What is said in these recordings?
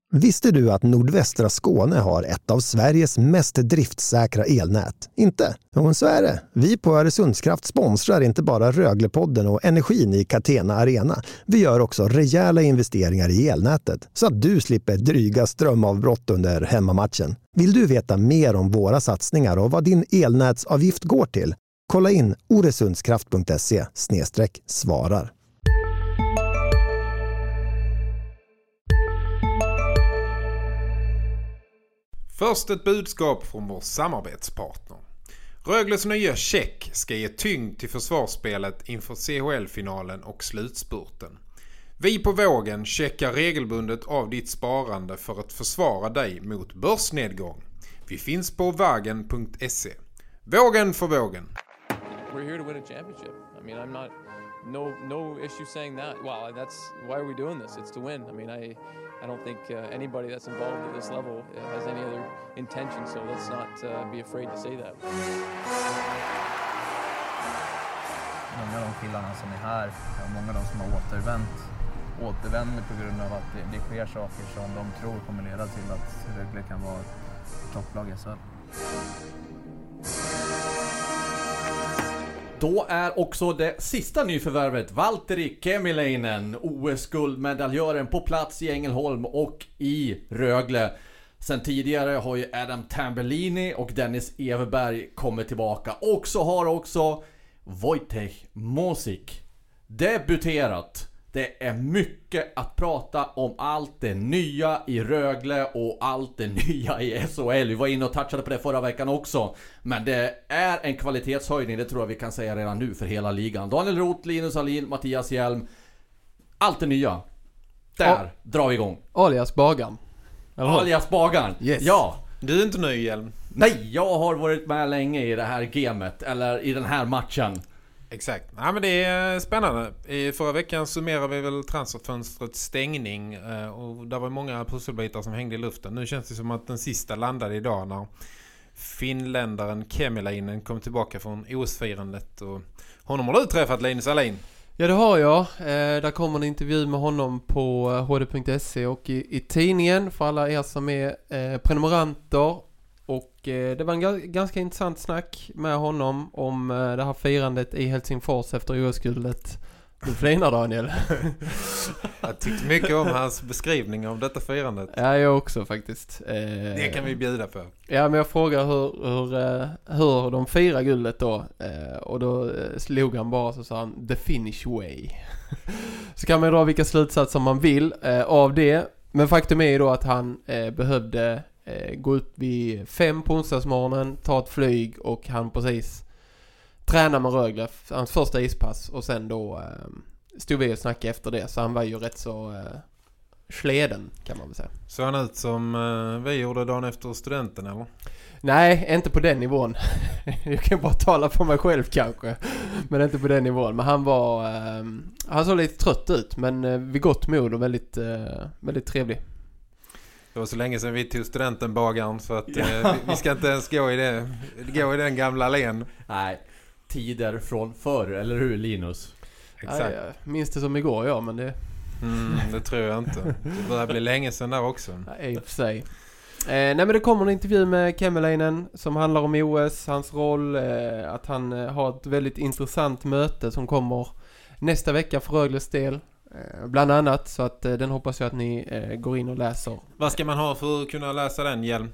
Visste du att nordvästra Skåne har ett av Sveriges mest driftsäkra elnät? Inte? Jo, så är det. Vi på Öresundskraft sponsrar inte bara Röglepodden och energin i Catena Arena. Vi gör också rejäla investeringar i elnätet så att du slipper dryga strömavbrott under hemmamatchen. Vill du veta mer om våra satsningar och vad din elnätsavgift går till? Kolla in oresundskraft.se/svarar. Först ett budskap från vår samarbetspartner. Rögles nya check ska ge tyngd till försvarsspelet inför CHL-finalen och slutspurten. Vi på Vågen checkar regelbundet av ditt sparande för att försvara dig mot börsnedgång. Vi finns på vagen.se. Vågen för vågen. We're here to win a championship. I mean, I'm not no issue saying that. Well, that's why are we doing this? It's to win. I mean, I don't think anybody that's involved at this level has any other intention, so let's not be afraid to say that. Många av de killarna som är här och många av de som har återvänder på grund av att det sker saker som de tror kommer leda till att Rögle kan vara topplag i SHL. Då är också det sista nyförvärvet Valtteri Kemiläinen, OS-guldmedaljören, på plats i Ängelholm och i Rögle. Sen tidigare har ju Adam Tambellini och Dennis Everberg kommit tillbaka. Och så har också Wojciech Mosik debuterat. Det är mycket att prata om allt det nya i Rögle och allt det nya i SHL. Vi var inne och touchade på det förra veckan också. Men det är en kvalitetshöjning, det tror jag vi kan säga redan nu för hela ligan. Daniel Roth, Linus Alin, Mattias Hjelm. Allt det nya. Där drar vi igång. Alias Bagan. Alias Bagan, yes. Ja. Du är inte nöjd, Hjelm? Nej, jag har varit med länge i det här gamet. Eller i den här matchen. Exakt. Ja, men det är spännande. I förra veckan summerade vi väl transferfönstrets stängning och där var många pusselbitar som hängde i luften. Nu känns det som att den sista landade idag när finländaren Kemiläinen kom tillbaka från OS-firandet. Och honom har du träffat, Linus Alin. Ja, det har jag. Där kommer en intervju med honom på hd.se och i tidningen för alla er som är prenumeranter. Och det var en ganska intressant snack med honom om det här firandet i Helsingfors efter OS-guldet. Du flinar, Daniel. Jag tyckte mycket om hans beskrivning av detta firandet. Ja, jag också faktiskt. Det kan vi bjuda på. Ja, men jag frågar hur de firar guldet då. Och då slog han bara så sa han, the Finnish way. Så kan man dra vilka slutsatser man vill av det. Men faktum är ju då att han behövde gå ut vid 5 på onsdagsmorgonen, ta ett flyg och han precis träna med Rögle, hans första ispass, och sen då stod vi och snackade efter det, så han var ju rätt så sleden kan man väl säga. Så han ut som vi gjorde dagen efter studenten, eller? Nej, inte på den nivån. Jag kan bara tala för mig själv kanske, men inte på den nivån. Men han såg lite trött ut, men vid gott mod och väldigt, väldigt trevlig. Det var så länge sedan vi tog studenten, Bagaren, så att vi ska inte ens gå i den gamla allén. Nej, tider från förr, eller hur, Linus? Exakt. Ja, minns det som igår, ja, men det... det tror jag inte. Det börjar bli länge sedan där också. Nej, i och för sig. Nej, men det kommer en intervju med Kemiläinen som handlar om OS, hans roll, att han har ett väldigt intressant möte som kommer nästa vecka för Rögles del. Bland annat, så att den hoppas jag att ni går in och läser. Vad ska man ha för att kunna läsa den, Hjelm?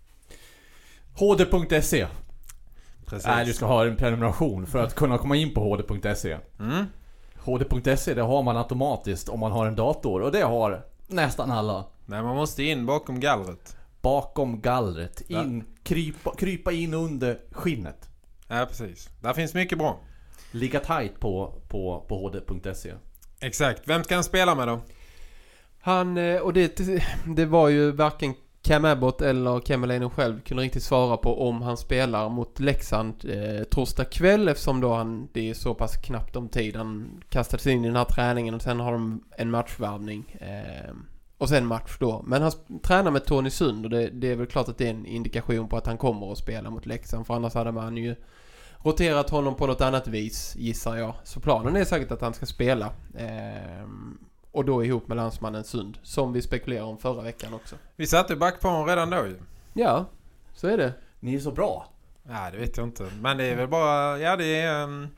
hd.se. Precis. Nej, du ska ha en prenumeration för att kunna komma in på hd.se. hd.se, det har man automatiskt om man har en dator, och det har nästan alla. Nej, man måste in bakom gallret. Bakom gallret. Krypa in under skinnet. Ja, precis. Där finns mycket bra. Ligga tight på hd.se. Exakt. Vem ska han spela med då? Och det var ju varken Cam Abbott eller Kemiläinen själv kunde riktigt svara på om han spelar mot Leksand torsdag kväll, eftersom då det är så pass knappt om tid. Han kastades in i den här träningen och sen har de en matchvärvning och sen match då. Men han tränar med Tony Sund, och det är väl klart att det är en indikation på att han kommer att spela mot Leksand, för annars hade man ju roterat honom på något annat vis, gissar jag. Så planen är säkert att han ska spela. Och då ihop med landsmannen Sund, som vi spekulerade om förra veckan också. Vi satte backparen redan då ju. Ja, så är det. Ni är så bra. Ja, det vet jag inte. Men det är väl bara... Ja, det är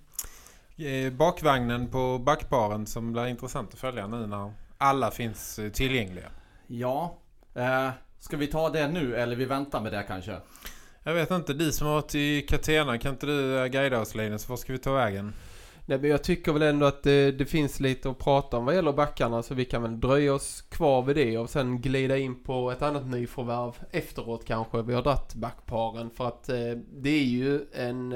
bakvagnen på backparen som blir intressant att följa nu när alla finns tillgängliga. Ja. Ska vi ta det nu eller vi väntar med det kanske? Jag vet inte, du som har varit i Catena, kan inte du guida oss, Linus? Var ska vi ta vägen? Nej, men jag tycker väl ändå att det finns lite att prata om vad gäller backarna, så vi kan väl dröja oss kvar vid det och sen glida in på ett annat nyförvärv efteråt kanske. Vi har dratt backparen för att det är ju en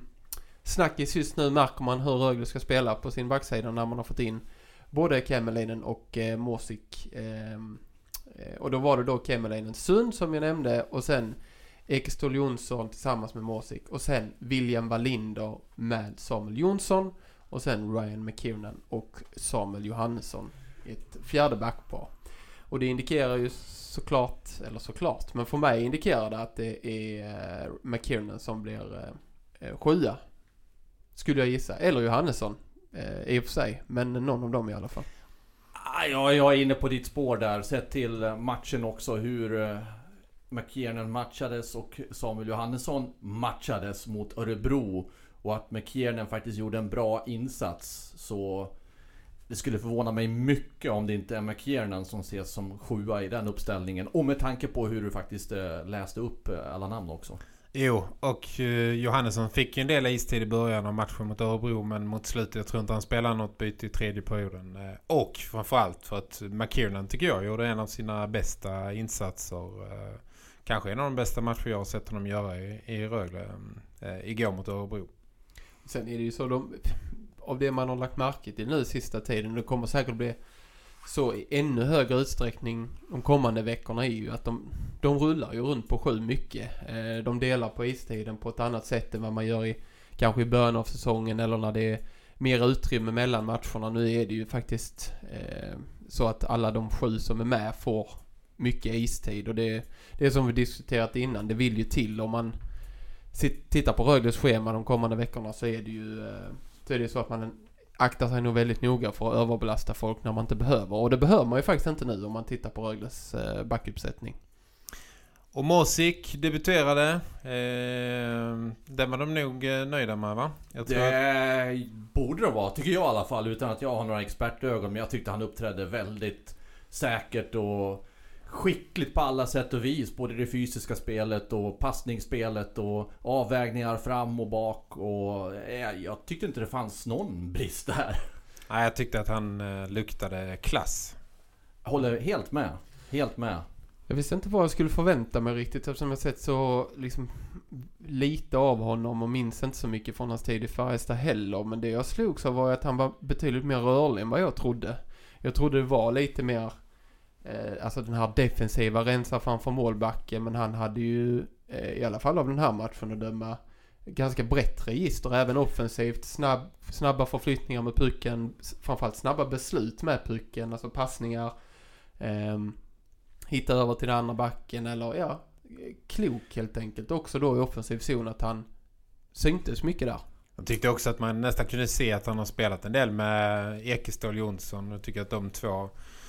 snackis just nu, märker man hur Rögle ska spela på sin backsida när man har fått in både Kemmelinen och Måsik. Och då var det då Kemmelinen Sund som jag nämnde och sen Ekestål Jonsson tillsammans med Måsik och sen William Wallinder med Samuel Jonsson och sen Ryan McKiernan och Samuel Johannesson i ett fjärde backpar. Och det indikerar ju såklart, men för mig indikerar det att det är McKiernan som blir sjua, skulle jag gissa, eller Johannesson i och för sig, men någon av dem i alla fall. Jag är inne på ditt spår där, sett till matchen också hur McKiernan matchades och Samuel Johannesson matchades mot Örebro och att McKiernan faktiskt gjorde en bra insats, så det skulle förvåna mig mycket om det inte är McKiernan som ses som sjua i den uppställningen, och med tanke på hur du faktiskt läste upp alla namn också. Jo, och Johannesson fick ju en del istid i början av matchen mot Örebro, men mot slutet, jag tror inte han spelade något byte i tredje perioden. Och framförallt för att McKiernan tycker jag gjorde en av sina bästa insatser. Kanske en av de bästa matcher jag har sett honom göra i Rögle igår mot Örebro. Sen är det ju så, av det man har lagt märke till nu sista tiden, det kommer säkert bli så i ännu högre utsträckning de kommande veckorna, är ju att de rullar ju runt på 7 mycket. De delar på istiden på ett annat sätt än vad man gör kanske i början av säsongen eller när det är mer utrymme mellan matcherna. Nu är det ju faktiskt så att alla de 7 som är med får mycket istid, och det är som vi diskuterat innan, det vill ju till om man tittar på Rögles schema de kommande veckorna, så är det ju så att man aktar sig nog väldigt noga för att överbelasta folk när man inte behöver. Och det behöver man ju faktiskt inte nu om man tittar på Rögles backuppsättning. Och Måsik debuterade. Den var de nog nöjda med, va? Det borde det vara, tycker jag i alla fall, utan att jag har några expertögon. Men jag tyckte han uppträdde väldigt säkert och skickligt på alla sätt och vis, både det fysiska spelet och passningsspelet och avvägningar fram och bak, och jag tyckte inte det fanns någon brist där. Nej, jag tyckte att han luktade klass. Jag håller helt med. Jag visste inte vad jag skulle förvänta mig riktigt, eftersom jag sett så liksom lite av honom och minns inte så mycket från hans tid i Färjestad heller. Men det jag slogs av var att han var betydligt mer rörlig än vad jag trodde. Jag trodde det var lite mer alltså den här defensiva rensa framför målbacken, men han hade ju i alla fall av den här matchen att döma ganska brett register, även offensivt, snabba förflyttningar med pucken, framförallt snabba beslut med pucken, alltså passningar, hitta över till den andra backen, eller klok helt enkelt också då i offensiv zon, att han syntes mycket där. Jag tyckte också att man nästan kunde se att han har spelat en del med Ekestål Jonsson, och tycker att de två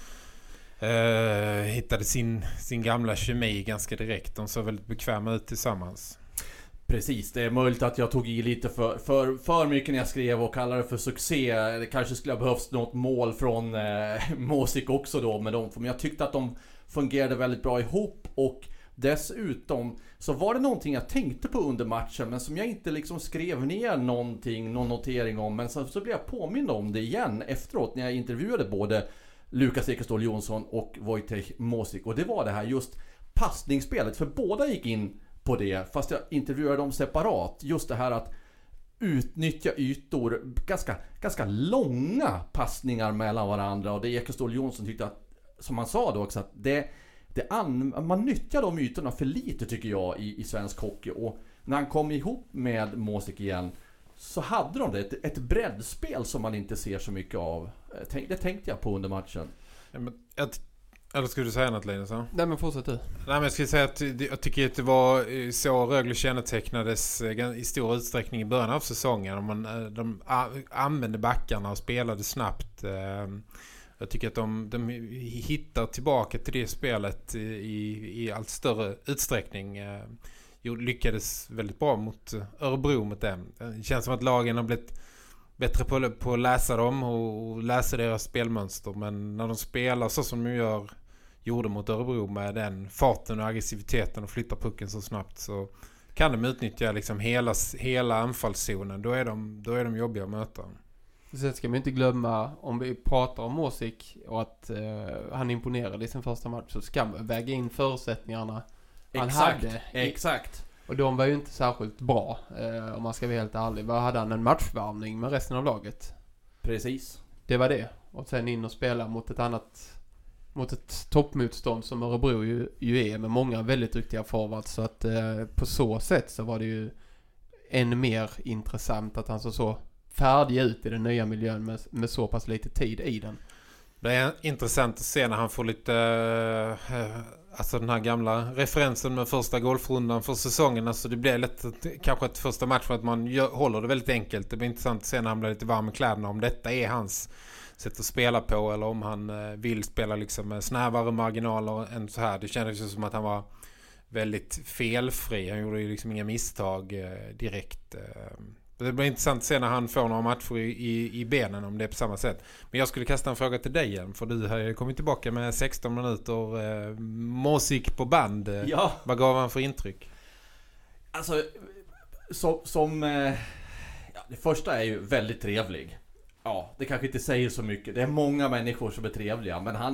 hittade sin gamla kemi ganska direkt. De såg väldigt bekväma ut tillsammans. Precis, det är möjligt att jag tog i lite för mycket när jag skrev och kallade det för succé. Det kanske skulle ha behövts något mål från Måsik också då med dem. Men jag tyckte att de fungerade väldigt bra ihop, och dessutom så var det någonting jag tänkte på under matchen, men som jag inte liksom skrev ner någon notering om. Men så blev jag påmind om det igen efteråt när jag intervjuade både Lukas Ekestål Jonsson och Wojciech Måsik. Och det var det här just passningsspelet, för båda gick in på det, fast jag intervjuade dem separat. Just det här att utnyttja ytor, ganska långa passningar mellan varandra. Och det Ekestål Jonsson tyckte att, som han sa då också, att man nyttjar de ytorna för lite, tycker jag, i svensk hockey. Och när han kom ihop med Måsik igen, så hade de ett breddspel som man inte ser så mycket av. Det tänkte jag på under matchen. Eller skulle du säga något, Linus? Nej, men fortsätt du. Nej, men jag skulle säga att jag tycker att det var så Rögle kännetecknades i stor utsträckning i början av säsongen. De använde backarna och spelade snabbt. Jag tycker att de hittar tillbaka till det spelet i allt större utsträckning. Lyckades väldigt bra mot Örebro mot dem. Det känns som att lagen har blivit bättre på att läsa dem och läsa deras spelmönster. Men när de spelar så som de gjorde mot Örebro med den farten och aggressiviteten och flyttar pucken så snabbt, så kan de utnyttja liksom hela anfallszonen. Då är de jobbiga att möta. Sen ska man inte glömma, om vi pratar om Måsik och att han imponerade i sin första match, så ska man väga in förutsättningarna han hade. Exakt. Och de var ju inte särskilt bra, om man ska vara helt ärlig. Vad hade han? En matchvärmning med resten av laget? Precis. Det var det. Och sen in och spela mot ett toppmotstånd som Örebro ju är, med många väldigt duktiga forwards. Så att på så sätt så var det ju än mer intressant att han så färdig ut i den nya miljön med så pass lite tid i den. Det är intressant att se när han får lite alltså den här gamla referensen med första golfrundan för säsongen. Alltså det blir lätt kanske ett första match för att man håller det väldigt enkelt. Det blir intressant att se när han blir lite varm i kläderna, om detta är hans sätt att spela på eller om han vill spela liksom med snävare marginaler än så här. Det kändes ju som att han var väldigt felfri. Han gjorde ju liksom inga misstag direkt. Det blir intressant att se när han får några matcher i benen, om det är på samma sätt. Men jag skulle kasta en fråga till dig igen, för du har kommit tillbaka med 16 minuter musik på band. Ja. Vad gav han för intryck? Alltså, det första är ju väldigt trevlig. Ja, det kanske inte säger så mycket. Det är många människor som är trevliga, men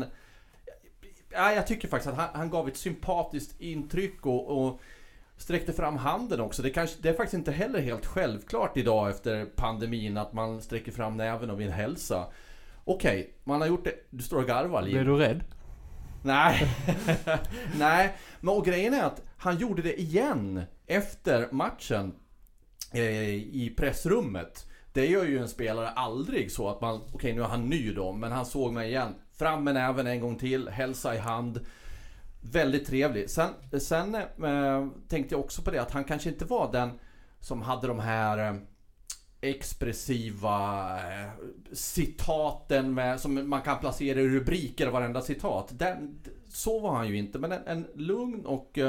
jag tycker faktiskt att han gav ett sympatiskt intryck och sträckte fram handen också. Det är faktiskt inte heller helt självklart idag efter pandemin att man sträcker fram näven och vill hälsa. Okej, man har gjort det. Du står och garvar. Blir du rädd? Nej. Nej, men och grejen är att han gjorde det igen efter matchen i pressrummet. Det gör ju en spelare aldrig, så att man, okej, nu är han ny då, men han såg mig igen. Fram med näven en gång till, hälsa i hand. Väldigt trevlig. Sen tänkte jag också på det att han kanske inte var den som hade de här expressiva citaten som man kan placera i rubriker av varenda citat. Så var han ju inte, men en lugn och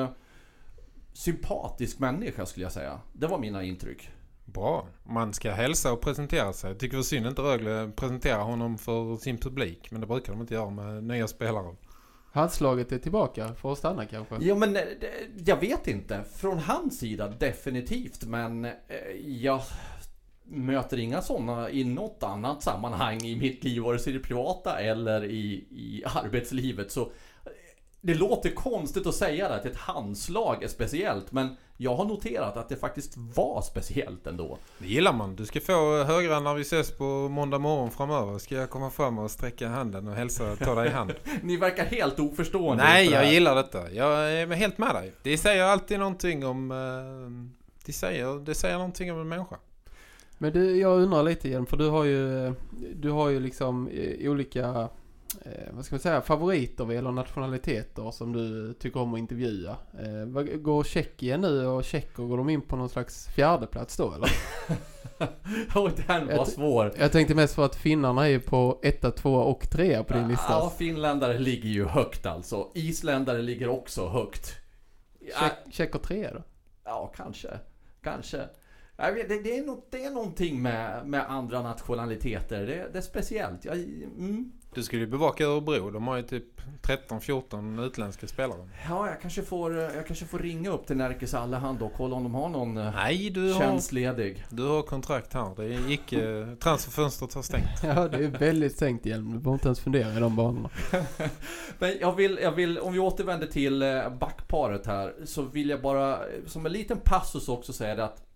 sympatisk människa skulle jag säga. Det var mina intryck. Bra. Man ska hälsa och presentera sig. Jag tycker det var synd inte Rögle presenterar honom för sin publik, men det brukar de inte göra med nya spelare. Handslaget är tillbaka för att stanna kanske? Ja, men jag vet inte. Från hans sida definitivt, men jag möter inga sådana i något annat sammanhang i mitt liv, vare sig i det privata eller i arbetslivet. Så det låter konstigt att säga det, att ett handslag är speciellt, men jag har noterat att det faktiskt var speciellt ändå. Det gillar man. Du ska få höra när vi ses på måndag morgon framöver. Ska jag komma fram och sträcka handen och hälsa, ta dig i hand. Ni verkar helt oförstående. Nej, jag gillar detta. Jag är helt med dig. Det säger alltid någonting om det säger någonting om en människa. Men jag undrar lite igen, för du har ju liksom olika vad ska man säga, favoriter eller nationaliteter som du tycker om att intervjua. Går Tjeckien nu och Tjeckor, går de in på någon slags fjärde plats då eller? Den var svår. Jag tänkte mest för att finnarna är ju på 1, 2 och 3 på din lista. Ja, finländare ligger ju högt alltså. Isländare ligger också högt. Tjeckor 3 då? Ja, kanske. Det är någonting med andra nationaliteter. Det är speciellt. Du skulle ju bevaka Örebro. De har ju typ 13-14 utländska spelare. Ja, jag kanske får ringa upp till Närkes Allehand och kolla om de har någon tjänstledig. Du har kontrakt här. Det är icke transferfönstret har stängt. Ja, det är väldigt stängt igen. Du behöver inte ens fundera i de banorna. Men jag vill, om vi återvänder till backparet här, så vill jag bara som en liten passus också säga det att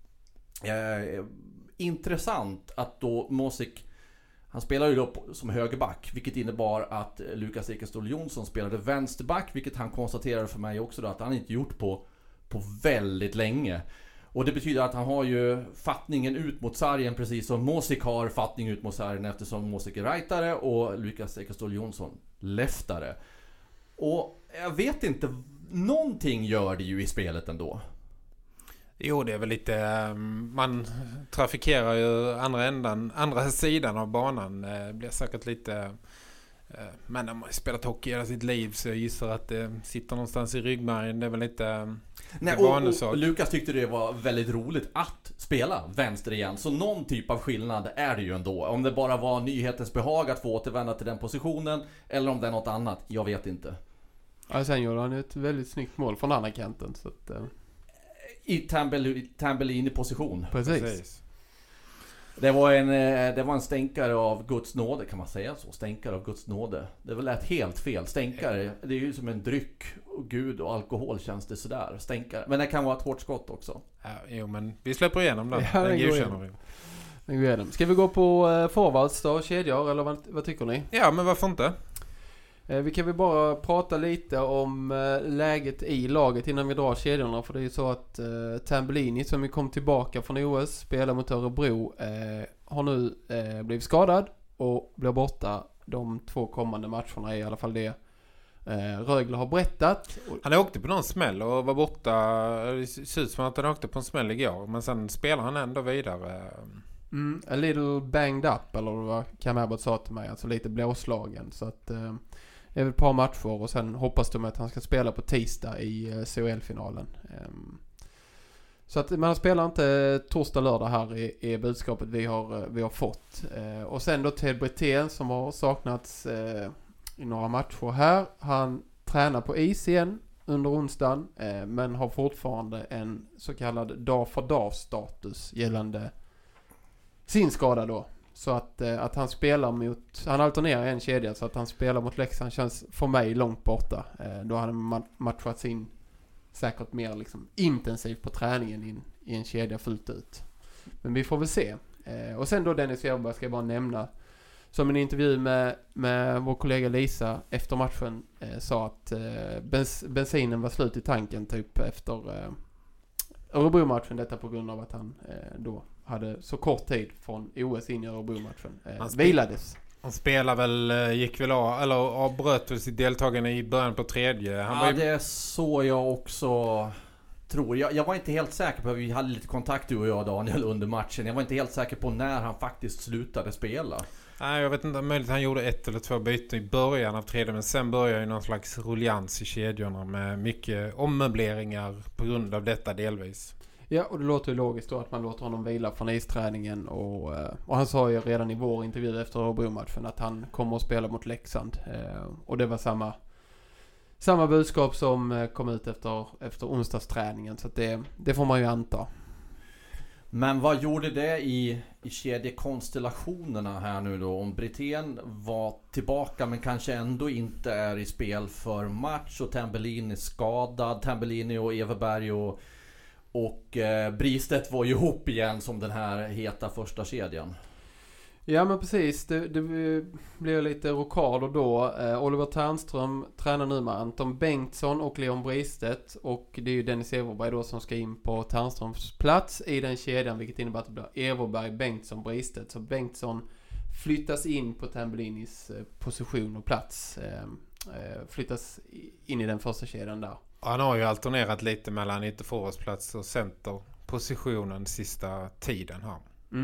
intressant att då Måsik, han spelar ju då som högerback, vilket innebar att Lukas Ekeståhl Jonsson spelade vänsterback, vilket han konstaterade för mig också då, att han inte gjort på väldigt länge. Och det betyder att han har ju fattningen ut mot sargen, precis som Måsik har fattning ut mot sargen, eftersom Måsik är rightare och Lukas Ekeståhl Jonsson leftare. Och jag vet inte, någonting gör det ju i spelet ändå. Jo, det är väl lite, man trafikerar ju andra sidan av banan. Det blir säkert lite Men de har spelat hockey hela sitt liv, så jag gissar att det sitter någonstans i ryggmärgen. Det är väl inte... Nej, och Lukas tyckte det var väldigt roligt att spela vänster igen. Så någon typ av skillnad är det ju ändå. Om det bara var nyhetens behag att få återvända till den positionen, eller om det är något annat, jag vet inte. Ja, sen gjorde han ett väldigt snyggt mål från andra kanten. Så att, i Tambellini-position. Precis. Det var en stänkare av Guds nåde, kan man säga så? Stänkare av Guds nåde. Det var lätt helt fel. Stänkare, det är ju som en dryck. Och Gud och alkohol känns det sådär. Stänkare. Men det kan vara ett hårt skott också. Ja, jo, men vi släpper igenom den. Ja, den godkänner vi. Ska vi gå på forwards då, kedjor, eller vad tycker ni? Ja, men varför inte? Vi kan väl bara prata lite om läget i laget innan vi drar kedjorna. För det är ju så att Tambellini, som ju kom tillbaka från OS, spelar mot Örebro, har nu blivit skadad och blir borta de 2 kommande matcherna, i alla fall det Rögle har berättat. Han åkte på någon smäll och var borta. Det ser ut som att han åkte på en smäll igår, men sen spelar han ändå vidare. A little banged up, eller vad Kamerbert sa till mig, alltså lite blåslagen. Så att det är väl ett par matcher, och sen hoppas de att han ska spela på tisdag i CHL-finalen. Så att man spelar inte torsdag, lördag här är budskapet vi har fått. Och sen då Ted Brithén, som har saknats i några matcher här. Han tränar på is igen under onsdagen, men har fortfarande en så kallad dag-för-dag-status gällande sin skada då. Så att han spelar mot... Han alternerar en kedja, så att han spelar mot Leksand känns för mig långt borta. Då hade man matchats in säkert mer liksom intensivt på träningen i en kedja fullt ut. Men vi får väl se. Och sen då Dennis Everberg ska jag bara nämna, som en intervju med vår kollega Lisa efter matchen sa att bensinen var slut i tanken typ efter Örebro-matchen. Detta på grund av att han då hade så kort tid från OS in i Örebro-matchen. Vilades. Han spelar väl, gick väl av, eller avbröt väl sitt deltagande i början på tredje. Det är så jag också tror. Jag var inte helt säker på, vi hade lite kontakt du och jag, Daniel, under matchen. Jag var inte helt säker på när han faktiskt slutade spela. Nej, jag vet inte, möjligt han gjorde 1 eller 2 byten i början av tredje, men sen började ju någon slags ruljans i kedjorna med mycket ommöbleringar på grund av detta delvis. Ja, och det låter ju logiskt då att man låter honom vila från isträningen, och han sa ju redan i vår intervju efter Örebro-matchen att han kommer att spela mot Leksand, och det var samma budskap som kom ut efter onsdagsträningen, så att det får man ju anta. Men vad gjorde det i kedjekonstellationerna här nu då? Om Brithén var tillbaka men kanske ändå inte är i spel för match, och Tambellini är skadad. Tambellini och Everberg och Bristedt var ju ihop igen som den här heta första kedjan. Ja, men precis. Det blev lite rokader då. Oliver Ternström tränar nu med Anton Bengtsson och Leon Bristedt. Och det är ju Dennis Everberg då som ska in på Ternströms plats i den kedjan. Vilket innebär att det blir Everberg, Bengtsson, Bristedt. Så Bengtsson flyttas in på Tambellinis position och plats. Flyttas in i den första kedjan där. Han har ju alternerat lite mellan ytterforwardsplats och centerpositionen sista tiden här.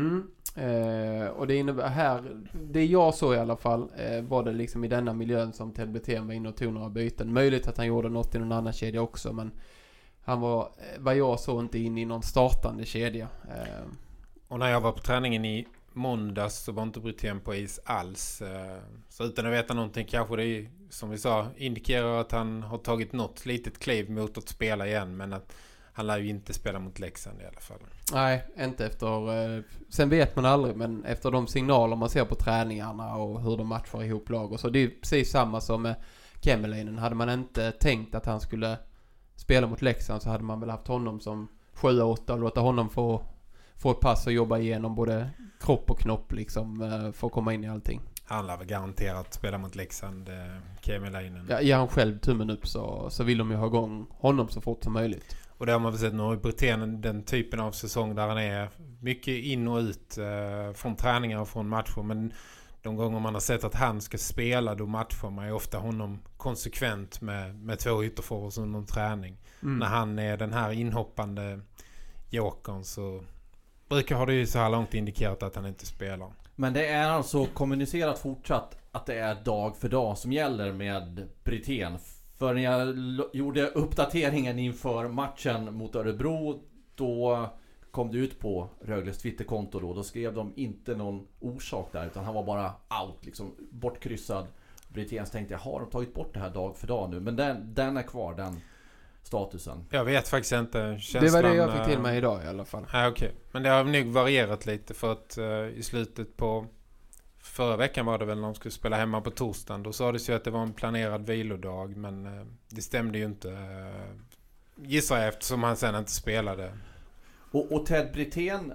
Och det innebär här, det jag såg i alla fall, var det liksom i denna miljön som Ted Brithén var inne och tog några byten. Möjligt att han gjorde något i någon annan kedja också, men han var, vad jag såg, inte inne i någon startande kedja. Och när jag var på träningen i måndags så var inte Brithén på is alls. Så utan att veta någonting, kanske det, som vi sa, indikerar att han har tagit något litet kliv mot att spela igen, men att han lär ju inte spela mot Leksand i alla fall. Nej, inte efter... Sen vet man aldrig, men efter de signaler man ser på träningarna och hur de matchar ihop lag och så. Det är ju precis samma som med Kemelainen. Hade man inte tänkt att han skulle spela mot Leksand så hade man väl haft honom som 7-8 och låta honom få ett pass och jobba igenom både kropp och knopp liksom, för att komma in i allting. Han lär väl garanterat spela mot Leksand, Kemelainen. Ja, ger han själv tummen upp så vill de ju ha igång honom så fort som möjligt. Och det har man väl sett nu i Brithén, den typen av säsong där han är mycket in och ut från träningar och från matcher. Men de gånger man har sett att han ska spela, då matchar man ju ofta honom konsekvent med 2 ytterforwards under en träning. När han är den här inhoppande jokern så brukar ha det ju så här långt indikerat att han inte spelar. Men det är alltså kommunicerat fortsatt att det är dag för dag som gäller med Brithén. För när jag gjorde uppdateringen inför matchen mot Örebro, då kom det ut på Rögles Twitterkonto då skrev de inte någon orsak där, utan han var bara out, liksom bortkryssad. Brithén, tänkte jag, har de tagit bort det här dag för dag nu? Men den är kvar, den statusen. Jag vet faktiskt inte. Känslan, det var det jag fick till mig idag i alla fall. Okej. Men det har nog varierat lite, för att i slutet på förra veckan var det väl när de skulle spela hemma på torsdagen. Då sa det ju att det var en planerad vilodag, men det stämde ju inte. Gissar jag, eftersom han sen inte spelade. Och Ted Brithén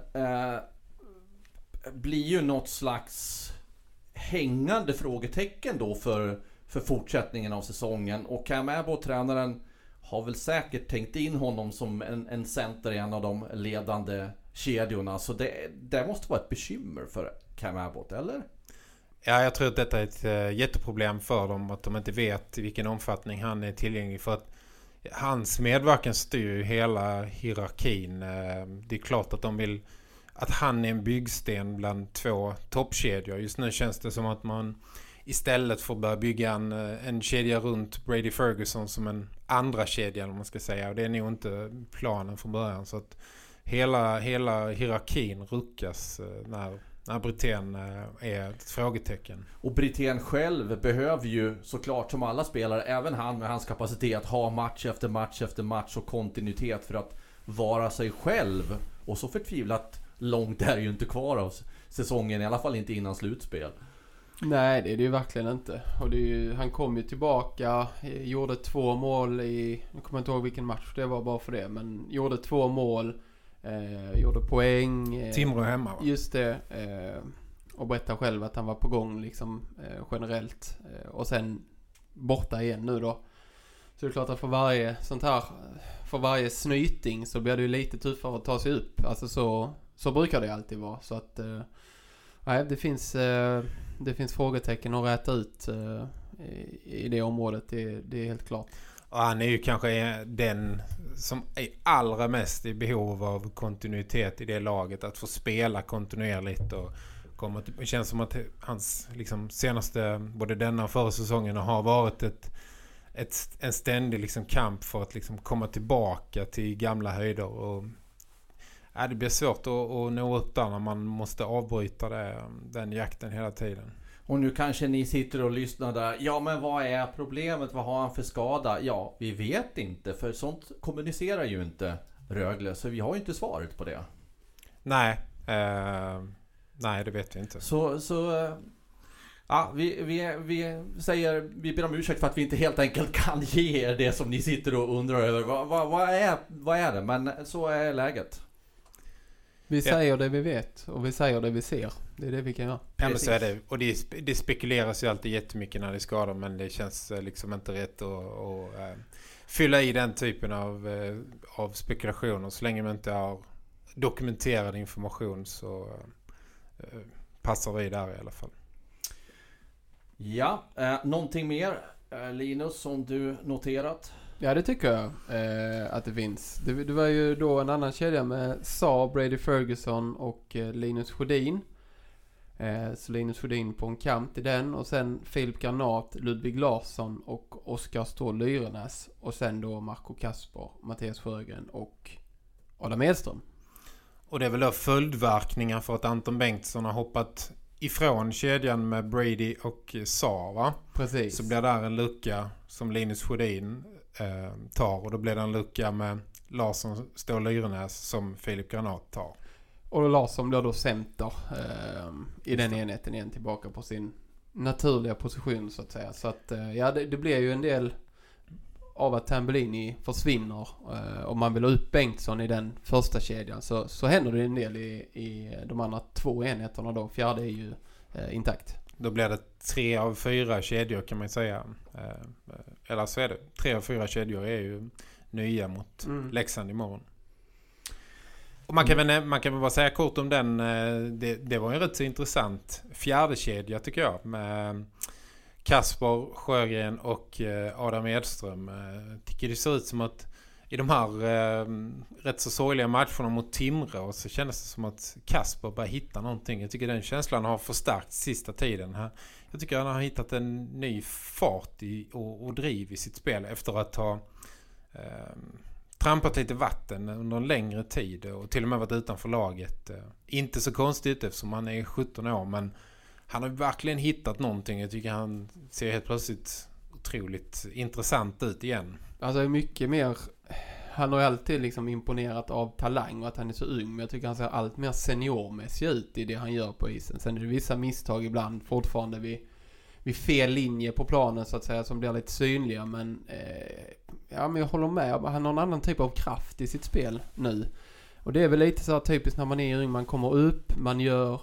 blir ju något slags hängande frågetecken då för fortsättningen av säsongen. Och Cam Abbott, tränaren, har väl säkert tänkt in honom som en center i en av de ledande kedjorna. Så det måste vara ett bekymmer för Cam Abbott, eller? Ja, jag tror att detta är ett jätteproblem för dem, att de inte vet i vilken omfattning han är tillgänglig, för att hans medverkan styr ju hela hierarkin. Det är klart att de vill att han är en byggsten bland två toppkedjor. Just nu känns det som att man istället får börja bygga en kedja runt Brady Ferguson som en andra kedja, om man ska säga. Och det är nog inte planen från början. Så att hela hierarkin ruckas när Brithén är ett frågetecken. Och Brithén själv behöver ju såklart, som alla spelare, även han med hans kapacitet, ha match efter match efter match och kontinuitet för att vara sig själv. Och så förtvivlat långt är ju inte kvar av säsongen, i alla fall inte innan slutspel. Nej, det är det ju verkligen inte. Och det är ju, han kom ju tillbaka, gjorde 2 mål jag kommer inte ihåg vilken match det var bara för det, men gjorde 2 mål, gjorde poäng. Timrå hemma, va? Just det. Och berättade själv att han var på gång liksom generellt. Och sen borta igen nu då. Så det är klart att för varje snyting så blir det ju lite tuffare att ta sig upp. Alltså så brukar det alltid vara. Så att nej, det finns frågetecken att räta ut i det området. Det är helt klart. Och han är ju kanske den som är allra mest i behov av kontinuitet i det laget. Att få spela kontinuerligt och komma till. Det känns som att hans liksom senaste, både denna och förra säsongen, har varit en ständig liksom kamp för att liksom komma tillbaka till gamla höjder. Och det blir svårt att nå upp där när man måste avbryta den jakten hela tiden. Och nu kanske ni sitter och lyssnar där. Ja, men vad är problemet? Vad har han för skada? Ja, vi vet inte. För sånt kommunicerar ju inte Rögle. Så vi har ju inte svaret på det. Nej, det vet vi inte. Ja, vi ber om ursäkt för att vi inte helt enkelt kan ge er det som ni sitter och undrar över. Vad är det? Men så är läget. Vi säger det vi vet och vi säger det vi ser. Det är det vi kan göra. Ja, men så är det. Och det spekuleras ju alltid jättemycket när det skadar, men det känns liksom inte rätt att fylla i den typen av spekulationer. Så länge man inte har dokumenterad information så passar vi där i alla fall. Ja, någonting mer, Linus, som du noterat? Ja, det tycker jag att det finns. Det var ju då en annan kedja med Saar, Brady Ferguson och Linus Sjödin. Så Linus Sjödin på en kant i den. Och sen Filip Granat, Ludvig Larsson och Oskar Ståhl Lyrenäs. Och sen då Marco Kasper, Mattias Sjögren och Adam Edström. Och det är väl då följdverkningar för att Anton Bengtsson har hoppat ifrån kedjan med Brady och Saar, va? Precis. Så blir där en lucka som Linus Sjödin tar, och då blir det en lucka med Larsson Ståhl Lyrenäs som Filip Granat tar. Och då Larsson blir då center i den enheten igen, tillbaka på sin naturliga position så att säga. Så att ja, det blir ju en del av att Tambellini försvinner och man vill ha upp Bengtsson i den första kedjan, så händer det en del i de andra 2 enheterna då. Fjärde är ju intakt. Då blir det 3 av 4 kedjor kan man säga. Eller så är det 3 av 4 kedjor är ju nya mot Leksand imorgon. Och man kan väl bara säga kort om den. Det var en rätt så intressant fjärde kedja tycker jag, med Kasper, Sjögren och Adam Edström. Tycker det ser ut som att i de här rätt så sorgliga matcherna mot Timrå så kändes det som att Kasper bara hittar någonting. Jag tycker den känslan har förstärkts sista tiden. Jag tycker han har hittat en ny fart och driv i sitt spel efter att ha trampat lite vatten under en längre tid och till och med varit utanför laget. Inte så konstigt eftersom han är 17 år, men han har verkligen hittat någonting. Jag tycker han ser helt plötsligt otroligt intressant ut igen. Alltså mycket mer, han har ju alltid liksom imponerat av talang och att han är så ung, men jag tycker han ser allt mer seniormässig ut i det han gör på isen. Sen är det vissa misstag ibland fortfarande vid fel linje på planen så att säga som blir lite synliga, men men jag håller med, han har en annan typ av kraft i sitt spel nu. Och det är väl lite så här typiskt när man är ung, man kommer upp, man gör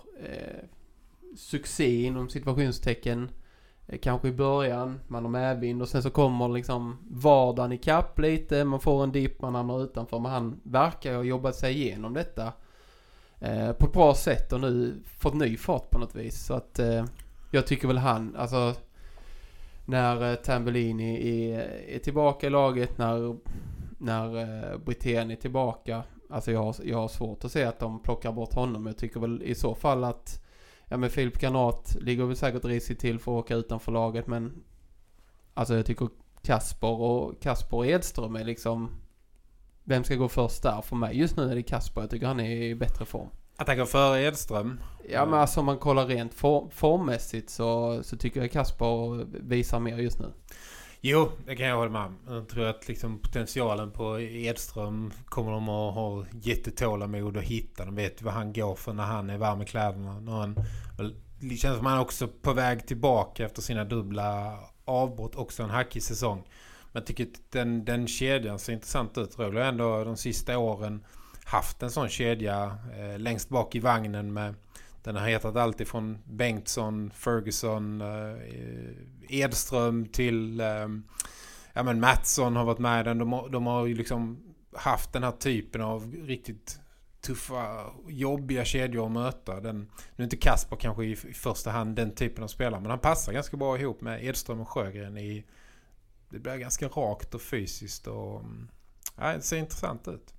succé inom situationstecken kanske i början, man har medvind och sen så kommer liksom vardagen i kapp lite, man får en dipp, man hamnar utanför, men han verkar ha jobbat sig igenom detta på ett bra sätt och nu fått ny fart på något vis. Så att jag tycker väl han, alltså när Tambellini är tillbaka i laget, när Brithén är tillbaka, alltså jag har svårt att se att de plockar bort honom. Jag tycker väl i så fall att men Filip Granat ligger väl säkert risigt till för att åka utanför laget, men alltså jag tycker Kasper och Edström är liksom, vem ska gå först där? För mig just nu är det Kasper, jag tycker han är i bättre form. Att han går före Edström? Ja, men alltså om man kollar rent formmässigt så tycker jag Kasper visar mer just nu. Jo, det kan jag hålla med om. Jag tror att liksom potentialen på Edström kommer de att ha jättetålamod och hitta. De vet vad han går för när han är varm i kläderna. Det känns som han är också på väg tillbaka efter sina dubbla avbrott. Också en hackig säsong. Men jag tycker att den kedjan ser intressant ut. Rögle har ändå de sista åren haft en sån kedja längst bak i vagnen med. Den har hetat allt ifrån Bengtsson, Ferguson, Edström till Mattsson har varit med. De har ju liksom haft den här typen av riktigt tuffa, jobbiga kedjor att möta. Nu är inte Kasper kanske i första hand den typen av spelare, men han passar ganska bra ihop med Edström och Sjögren. Det blir ganska rakt och fysiskt och det ser intressant ut.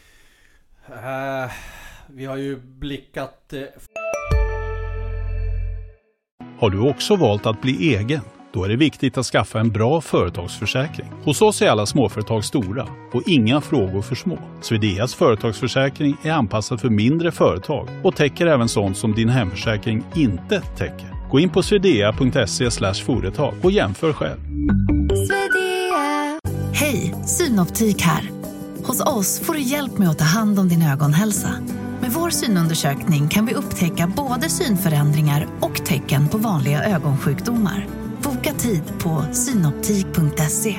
Vi har ju blickat... Har du också valt att bli egen? Då är det viktigt att skaffa en bra företagsförsäkring. Hos oss är alla småföretag stora och inga frågor för små. Swedeas företagsförsäkring är anpassad för mindre företag och täcker även sånt som din hemförsäkring inte täcker. Gå in på swedea.se/företag och jämför själv. Hej, Synoptik här. Hos oss får du hjälp med att ta hand om din ögonhälsa. Med vår synundersökning kan vi upptäcka både synförändringar och tecken på vanliga ögonsjukdomar. Boka tid på synoptik.se.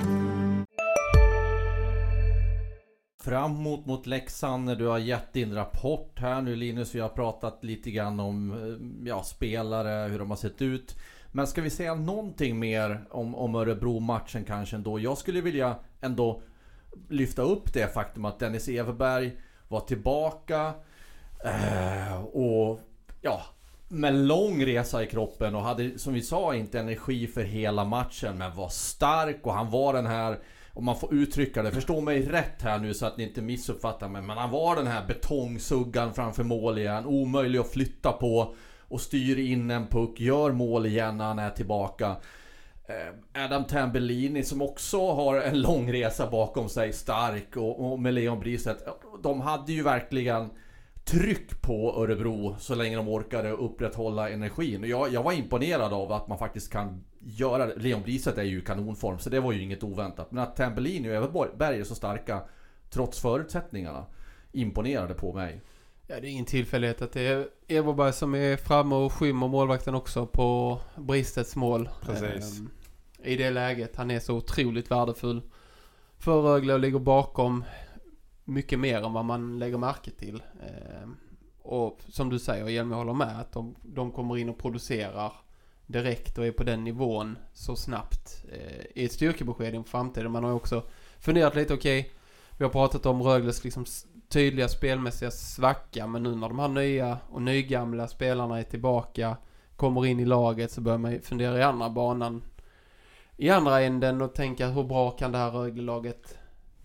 Framåt mot Leksand när du har gett din rapport här nu, Linus. Vi har pratat lite grann om spelare, hur de har sett ut. Men ska vi säga någonting mer om Örebro-matchen kanske ändå? Jag skulle vilja ändå lyfta upp det faktum att Dennis Everberg var tillbaka och med lång resa i kroppen och hade, som vi sa, inte energi för hela matchen, men var stark och han var den här, om man får uttrycka det, förstå mig rätt här nu så att ni inte missuppfattar mig, men han var den här betongsuggan framför mål igen, omöjlig att flytta på och styr in en puck, gör mål igen när han är tillbaka. Adam Tambellini som också har en lång resa bakom sig, stark, och med Leon Bristedt, de hade ju verkligen tryck på Örebro så länge de orkade upprätthålla energin. Jag var imponerad av att man faktiskt kan göra det. Leon Bristedt är ju i kanonform, så det var ju inget oväntat. Men att Tambellini och Everberg är så starka trots förutsättningarna imponerade på mig. Ja, det är ingen tillfällighet att det är Everberg som är framme och skymmer målvakten också på Bristedts mål. Precis. I det läget. Han är så otroligt värdefull för Rögle och ligger bakom mycket mer än vad man lägger märke till. Och som du säger, Hjelm, håller med att de kommer in och producerar direkt och är på den nivån så snabbt i ett styrkebesked inför framtiden. Man har också funderat lite, okej, vi har pratat om Rögles liksom tydliga spelmässiga svacka, men nu när de här nya och nygamla spelarna är tillbaka, kommer in i laget, så börjar man fundera i andra änden och tänka hur bra kan det här Rögle-laget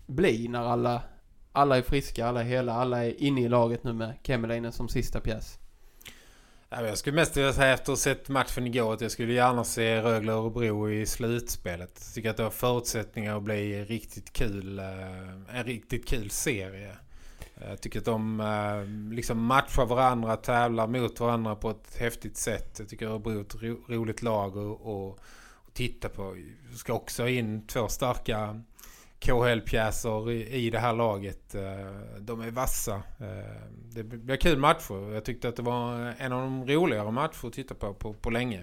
bli när alla är friska, alla är hela, alla är inne i laget nu med Kemelainen som sista pjäs? Ja, jag skulle mest vilja säga efter att ha sett matchen igår att jag skulle gärna se Rögle Örebro i slutspelet. Jag tycker att det har förutsättningar att bli riktigt kul, en riktigt kul serie. Jag tycker att de liksom matchar varandra, tävlar mot varandra på ett häftigt sätt. Jag tycker Örebro är ett roligt lag att titta på. Jag ska också ha in 2 starka KHL-pjäser i det här laget. De är vassa. Det blir kul matcher. Jag tyckte att det var en av de roligare matcher att titta på länge.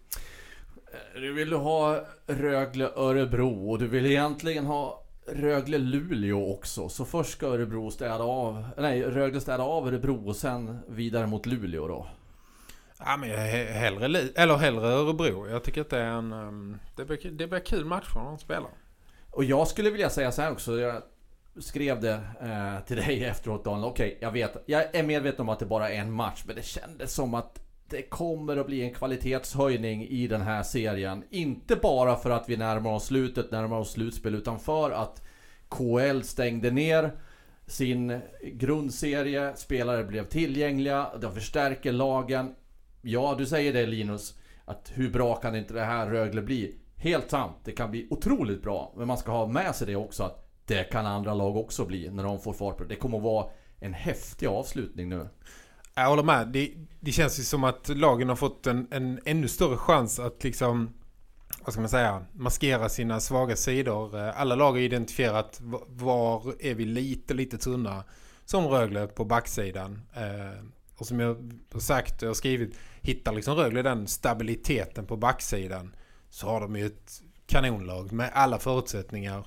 Du vill ha Rögle Örebro och du vill egentligen ha Rögle Luleå också. Så först ska Rögle städa av Örebro och sen vidare mot Luleå då. Ja, men hellre Örebro. Jag tycker att det är det blir kul match för de spelar. Och jag skulle vilja säga så här också. Jag skrev det till dig efteråt, Daniel. Okej, jag är medveten om att det bara är en match, men det kändes som att det kommer att bli en kvalitetshöjning i den här serien. Inte bara för att vi närmar oss slutspel, utan för att KL stängde ner sin grundserie. Spelare blev tillgängliga. De förstärker lagen. Ja, du säger det, Linus, att hur bra kan inte det här Rögle bli? Helt sant, det kan bli otroligt bra. Men man ska ha med sig det också, att det kan andra lag också bli när de får fart på det. Det kommer att vara en häftig avslutning nu. Jag håller med. Det känns ju som att lagen har fått en ännu större chans att liksom, vad ska man säga, maskera sina svaga sidor. Alla lag har identifierat var är vi lite tunna som Rögle på backsidan. Och som jag har sagt och skrivit, hittar liksom Rögle den stabiliteten på backsidan, så har de ju ett kanonlag med alla förutsättningar.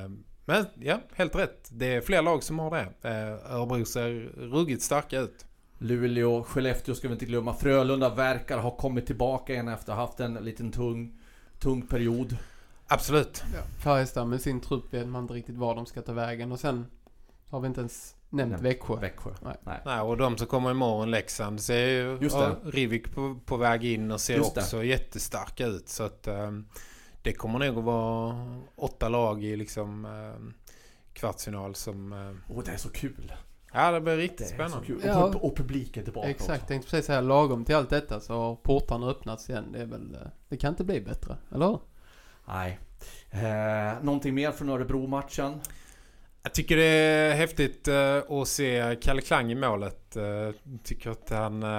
Men ja, helt rätt. Det är fler lag som har det. Örebro ser ruggigt starka ut. Luleå, Skellefteå ska vi inte glömma. Frölunda verkar ha kommit tillbaka igen efter att ha haft en liten tung period. Absolut. Ja. Färjestad med sin trupp vet man inte riktigt var de ska ta vägen. Och sen har vi inte ens nämnt Växjö. Nej, och de som kommer imorgon, Leksand, ser ju Rivik på väg in och ser också jättestarka ut. Så att det kommer nog att vara 8 lag i liksom kvartsfinal som... det är så kul. Ja, det blir riktigt spännande. Kul. Ja. Och publiken tillbaka. Exakt, också. tänkte precis så här, lagom till allt detta så har portarna öppnats igen. Det kan inte bli bättre, eller hur? Nej. Någonting mer från Örebro-matchen? Jag tycker det är häftigt att se Kalle Klang i målet. Tycker att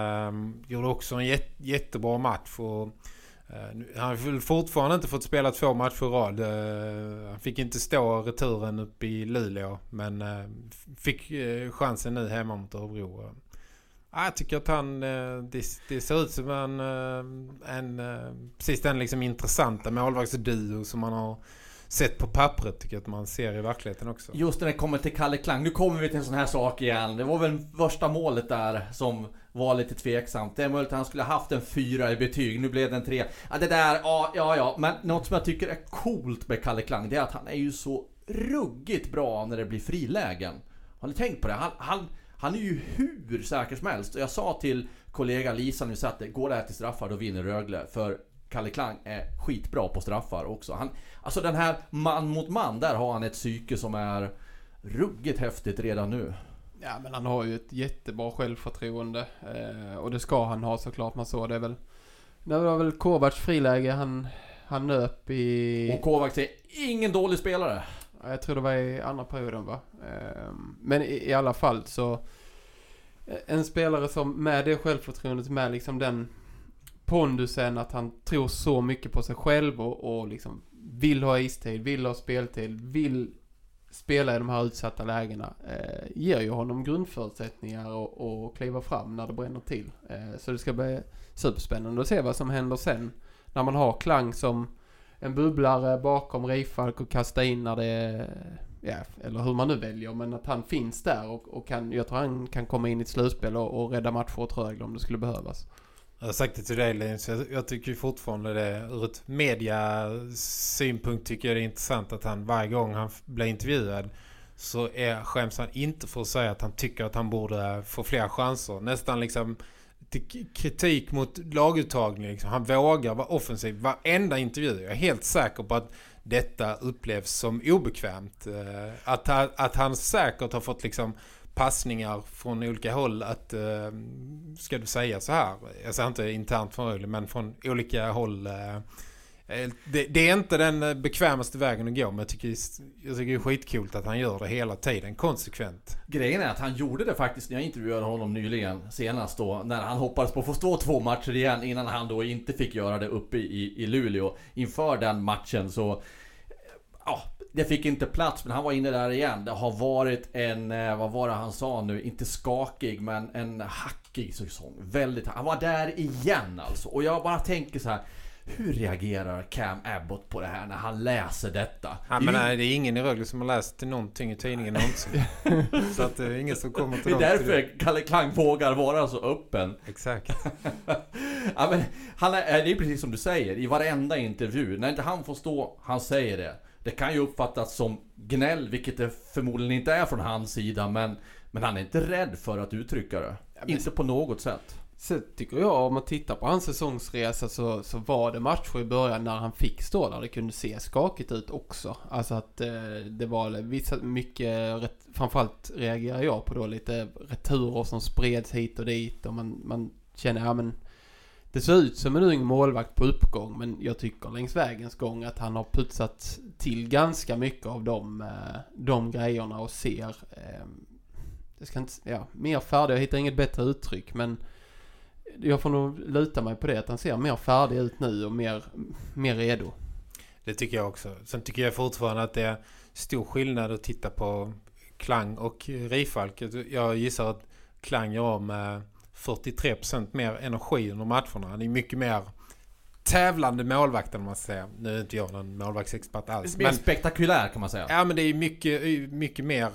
han gjorde också en jättebra match. Och, han har fortfarande inte fått spela 2 matcher i rad. Han fick inte stå returen upp i Luleå, men fick chansen nu hemma mot Örebro. Jag tycker att han det ser ut som en precis den liksom intressanta målvaktsduo som man har sett på pappret, tycker jag att man ser i verkligheten också. Just när det kommer till Kalle Klang. Nu kommer vi till en sån här sak igen. Det var väl första målet där som var lite tveksamt. Det är möjligt att han skulle ha haft en 4 i betyg. Nu blev det en 3. Ja, det där, ja. Men något som jag tycker är coolt med Kalle Klang, det är att han är ju så ruggigt bra när det blir frilägen. Har ni tänkt på det? Han är ju hur säker som helst. Jag sa till kollega Lisa när vi satt det, går det här till straffar då vinner Rögle. För Kalle Klang är skitbra på straffar också. Alltså den här man mot man, där har han ett psyke som är ruggigt häftigt redan nu. Ja, men han har ju ett jättebra självförtroende. Och det ska han ha såklart. Man såg det väl. Det var väl Kovacs friläge. Han nöp i... Och Kovacs är ingen dålig spelare. Jag tror det var i andra perioden, va? Men i alla fall så... En spelare som med det självförtroendet, med liksom den pondusen att han tror så mycket på sig själv och liksom vill ha istid, vill ha speltid, vill spela i de här utsatta lägena, ger ju honom grundförutsättningar och kliva fram när det bränner till. Så det ska bli superspännande att se vad som händer sen när man har Klang som en bubblare bakom Reifalk och kasta in när det är, eller hur man nu väljer, men att han finns där och jag tror han kan komma in i ett slutspel och rädda matcher åt Rögle om det skulle behövas. Jag har sagt det till dig, Linus. Jag tycker fortfarande det, ur ett media-synpunkt tycker jag det är intressant att han varje gång han blir intervjuad så skäms han inte för att säga att han tycker att han borde få fler chanser. Nästan liksom till kritik mot laguttagning. Liksom. Han vågar vara offensiv varenda intervju. Jag är helt säker på att detta upplevs som obekvämt. Att han säkert har fått liksom passningar från olika håll att, ska du säga så här, jag säger inte internt från Rögle, men från olika håll. Det är inte den bekvämaste vägen att gå, men jag tycker det är skitcoolt att han gör det hela tiden, konsekvent. Grejen är att han gjorde det faktiskt när jag intervjuade honom nyligen, senast då, när han hoppades på att få stå 2 matcher igen innan han då inte fick göra det uppe i Luleå. Inför den matchen så, ja, det fick inte plats, men han var inne där igen. Det har varit en, vad var det han sa nu, inte skakig, men en hackig säsong. Han var där igen alltså. Och jag bara tänker så här, hur reagerar Cam Abbott på det här när han läser detta? Ja, men nej, det är ingen i Rögle som har läst någonting i tidningen någonsin. Så att det är ingen som kommer till det är därför Kalle Klang vågar vara så öppen. Exakt. Ja, men det är precis som du säger, i varenda intervju. När inte han får stå, han säger det. Det kan ju uppfattas som gnäll, vilket det förmodligen inte är från hans sida. Men han är inte rädd för att uttrycka det. Ja, inte på något sätt. Så tycker jag, om man tittar på hans säsongsresa så var det matcher i början när han fick stå där det kunde se skakigt ut också. Alltså att det var mycket, framförallt reagerar jag på då, lite returer som spreds hit och dit. Och man känner, ja men det ser ut som en ung målvakt på uppgång, men jag tycker längs vägens gång att han har putsat till ganska mycket av de grejerna och ser det ska inte, ja, mer färdig. Jag hittar inget bättre uttryck, men jag får nog luta mig på det, att han ser mer färdig ut nu och mer redo. Det tycker jag också. Sen tycker jag fortfarande att det är stor skillnad att titta på Klang och Rifalk. Jag gissar att Klang gör av med 43% mer energi under matcherna. Han är mycket mer tävlande målvakt än man säger. Nu är inte jag någon målvaktsexpert alls. Mer spektakulär kan man säga. Ja, men det är mycket mer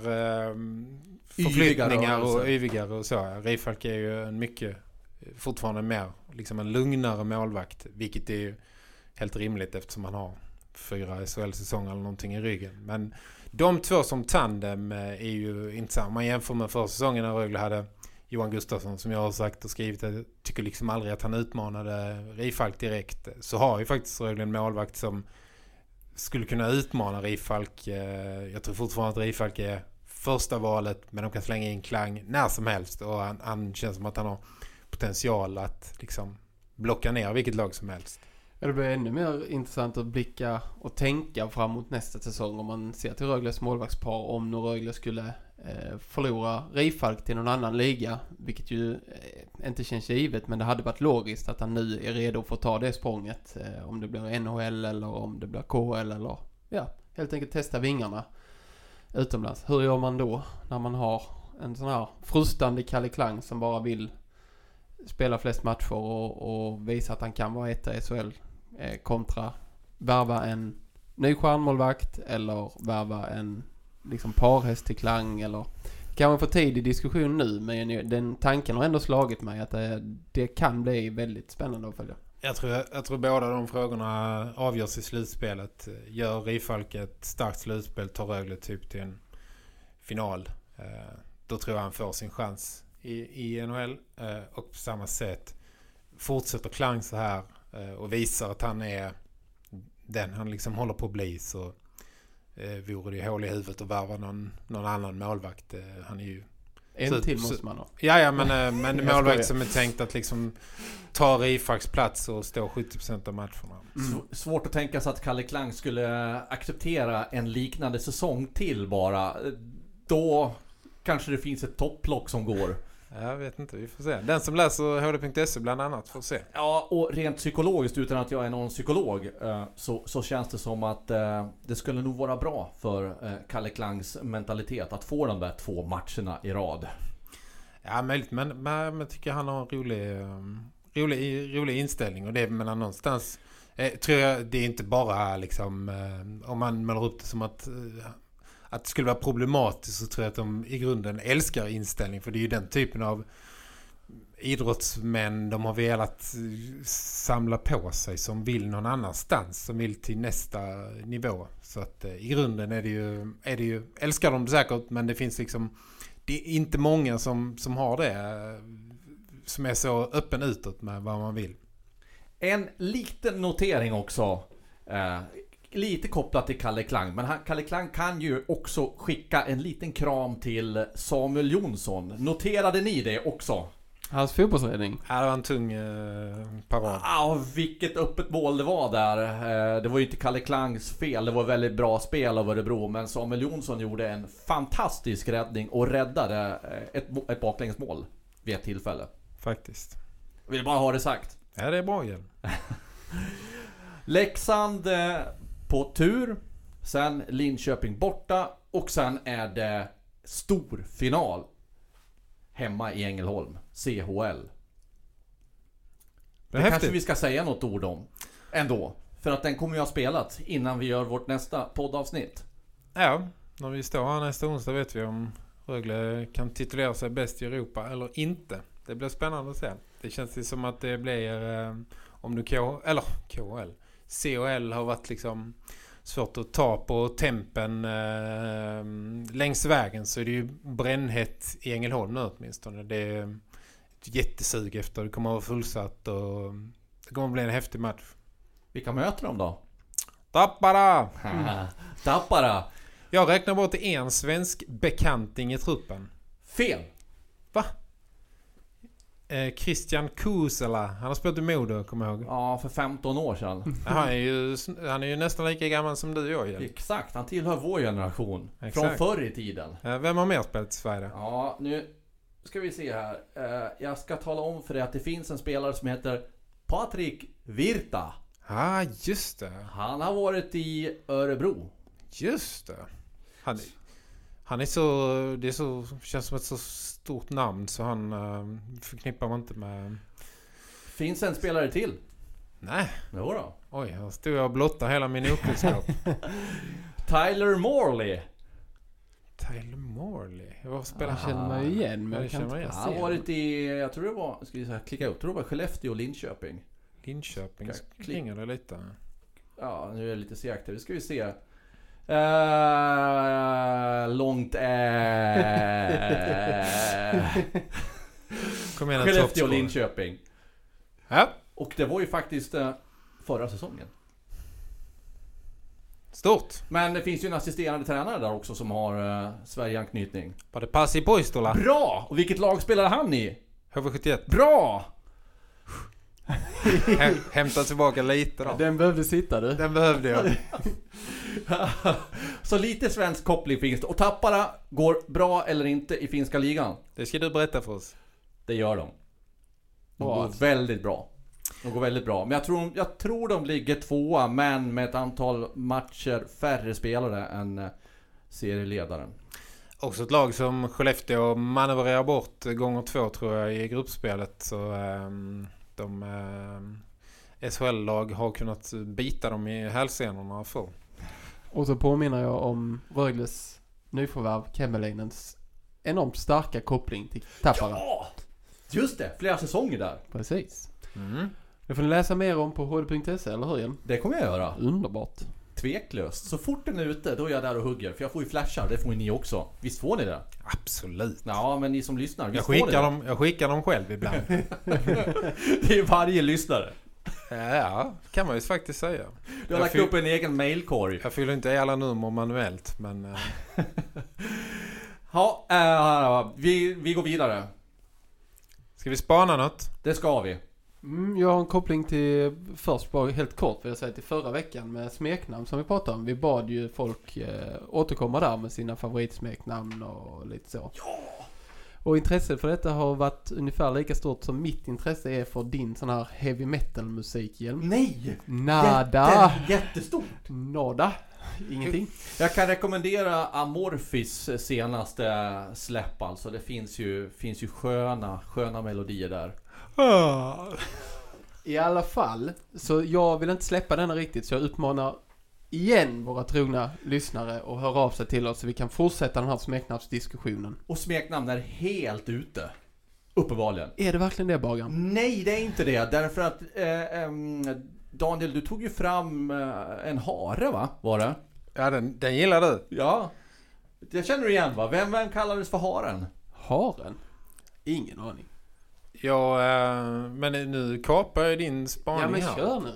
förflyttningar och yvigare och så. Rifalk är ju fortfarande mer liksom en lugnare målvakt, vilket är ju helt rimligt eftersom han har 4 SHL-säsonger eller någonting i ryggen. Men de två som tandem är ju intressant. Man jämför med förra säsongen när Rögle hade Johan Gustafsson, som jag har sagt och skrivit, jag tycker liksom aldrig att han utmanade Rifalk direkt. Så har ju faktiskt Rögle en målvakt som skulle kunna utmana Rifalk. Jag tror fortfarande att Rifalk är första valet, men de kan slänga in Klang när som helst, och han känns som att han har potential att liksom blocka ner vilket lag som helst. Det blir ännu mer intressant att blicka och tänka fram mot nästa säsong om man ser till Rögles målvaktspar, om nu Rögle skulle förlora Rifalk till någon annan liga, vilket ju inte känns givet, men det hade varit logiskt att han nu är redo för att ta det språnget, om det blir NHL eller om det blir KHL eller helt enkelt testa vingarna utomlands. Hur gör man då när man har en sån här frustande Kalle Klang som bara vill spela flest matcher och visa att han kan vara etta i SHL, kontra värva en ny stjärnmålvakt eller värva en liksom parhäst till Klang, eller kan man få tid i diskussion nu, men den tanken har ändå slagit mig att det kan bli väldigt spännande att följa. Jag tror båda de frågorna avgörs i slutspelet. Gör Rifalk ett starkt slutspel, tar Rögle typ till en final, då tror jag han får sin chans i NHL, och på samma sätt fortsätter Klang så här och visar att han är den han liksom håller på att bli, så vore det hål i huvudet att värva någon annan målvakt. Han är ju till måste man ha. Ja, men målvakt som är tänkt att liksom ta Rifalks plats och stå 70% av matcherna. Svårt att tänka sig att Kalle Klang skulle acceptera en liknande säsong till bara. Då kanske det finns ett topplock som går. Jag vet inte, vi får se. Den som läser hd.se bland annat får se. Ja, och rent psykologiskt, utan att jag är någon psykolog, så känns det som att det skulle nog vara bra för Kalle Klangs mentalitet att få de där 2 matcherna i rad. Ja, möjligt, men jag tycker han har en rolig inställning, och det menar någonstans tror jag det är inte bara liksom om man målar upp det som att det skulle vara problematiskt, så tror jag att de i grunden älskar inställning, för det är ju den typen av idrottsmän de har velat samla på sig, som vill någon annanstans, som vill till nästa nivå. Så att i grunden är det ju älskar de säkert, men det finns liksom, det är inte många som har det, som är så öppen utåt med vad man vill. En liten notering också. lite kopplat till Kalle Klang. Men Kalle Klang kan ju också skicka en liten kram till Samuel Jonsson. Noterade ni det också? Hans fotbollsräddning. Ja, det var en tung parad. Vilket öppet mål det var där. Det var ju inte Kalle Klangs fel. Det var väldigt bra spel av Örebro. Men Samuel Jonsson gjorde en fantastisk räddning och räddade ett baklängesmål vid ett tillfälle. Faktiskt. Vill bara ha det sagt. Ja, det är bra igen. Leksand på tur. Sen Linköping borta. Och sen är det stor final hemma i Ängelholm. CHL. Det kanske vi ska säga något ord om ändå. För att den kommer ju ha spelat innan vi gör vårt nästa poddavsnitt. Ja, när vi står här nästa onsdag vet vi om Rögle kan titulera sig bäst i Europa eller inte. Det blir spännande att se. Det känns ju som att det blir om du KHL. CHL har varit liksom svårt att ta på tempen längs vägen, så är det ju brännhett i Ängelholm nu åtminstone. Det är ett jättesug efter. Det kommer att vara fullsatt och det kommer att bli en häftig match. Vilka möter de då? Tappara! Tappara! Jag räknar bort en svensk bekanting i truppen. Fel! Va? Christian Kusela. Han har spelat i Modo, kommer jag ihåg. Ja, för 15 år sedan. Han är ju nästan lika gammal som du och jag. Exakt, han tillhör vår generation. Exakt. Från förr i tiden. Vem har mer spelat i Sverige? Ja, nu ska vi se här. Jag ska tala om för dig att det finns en spelare som heter Patrik Virta. Just det. Han har varit i Örebro. Just det. Han är så... Det är så, känns som ett så stort namn så han förknippar man inte med... Finns en spelare till? Nej. Jo då. Oj, här stod jag och blottade hela min okunskap. Tyler Morley. Tyler Morley? Vad spelar han? Känner mig igen, men jag kan inte han har varit i... Jag tror det var... Ska vi säga, klicka upp. Jag tror det var Skellefteå och Linköping. Linköping klingar det lite. Ja, nu är det lite segt. Vi ska vi se. Långt Kom igen, Skellefteå och Linköping. Ja. Och det var ju faktiskt förra säsongen. Stort. Men det finns ju en assisterande tränare där också som har Sverige-anknytning. Var det Pasi Poistola? Bra! Och vilket lag spelade han i? HV71. Bra! Hämta tillbaka lite då. Den behövde sitta du. Den behövde jag. Så lite svensk koppling finns det. Och Tappara går bra eller inte i finska ligan? Det ska du berätta för oss. Det gör de. De går väldigt bra. De går väldigt bra. Men jag tror de ligger tvåa, men med ett antal matcher färre spelare än serieledaren. Också ett lag som Skellefteå manövrerar bort gånger 2 tror jag i gruppspelet. Så SHL-lag har kunnat bita dem i hälsenorna för. Och så påminner jag om Rögles nyförvärv Kemmelinens enormt starka koppling till Tappara. Ja! Just det, flera säsonger där. Precis. Mm. Det får ni läsa mer om på hd.se, eller hur igen? Det kommer jag göra. Underbart. Tveklöst. Så fort den är ute, då är jag där och hugger. För jag får ju flashar, det får ni också. Visst får ni det? Absolut. Ja, men ni som lyssnar, visst jag skickar dem själv ibland. Det är varje lyssnare. Ja, kan man ju faktiskt säga. Du har lagt upp en egen mailkorg. Jag fyller inte alla nummer manuellt, men... Ja, vi går vidare. Ska vi spana något? Det ska vi. Jag har en koppling till, först bara helt kort vill jag säga, till förra veckan med smeknamn som vi pratade om. Vi bad ju folk återkomma där med sina favoritsmeknamn och lite så. Ja! Och intresset för detta har varit ungefär lika stort som mitt intresse är för din sån här heavy metal musikhjälm. Nej! Nada! Jättestort! Nada! Ingenting. Jag kan rekommendera Amorphis senaste släpp, alltså. Det finns ju sköna melodier där. I alla fall, så jag vill inte släppa denna riktigt, så jag utmanar igen våra trogna lyssnare och hör av sig till oss så vi kan fortsätta den här smeknamnsdiskussionen. Och smeknamn är helt ute. Uppenbarligen. Är det verkligen det, Bagan? Nej, det är inte det. Därför att Daniel, du tog ju fram en hare, va? Var det? Ja, den gillar du. Ja. Det känner du igen, va? Vem kallades för haren? Haren? Ingen aning. Ja, men nu kapar jag din spaning här. Ja, men kör nu.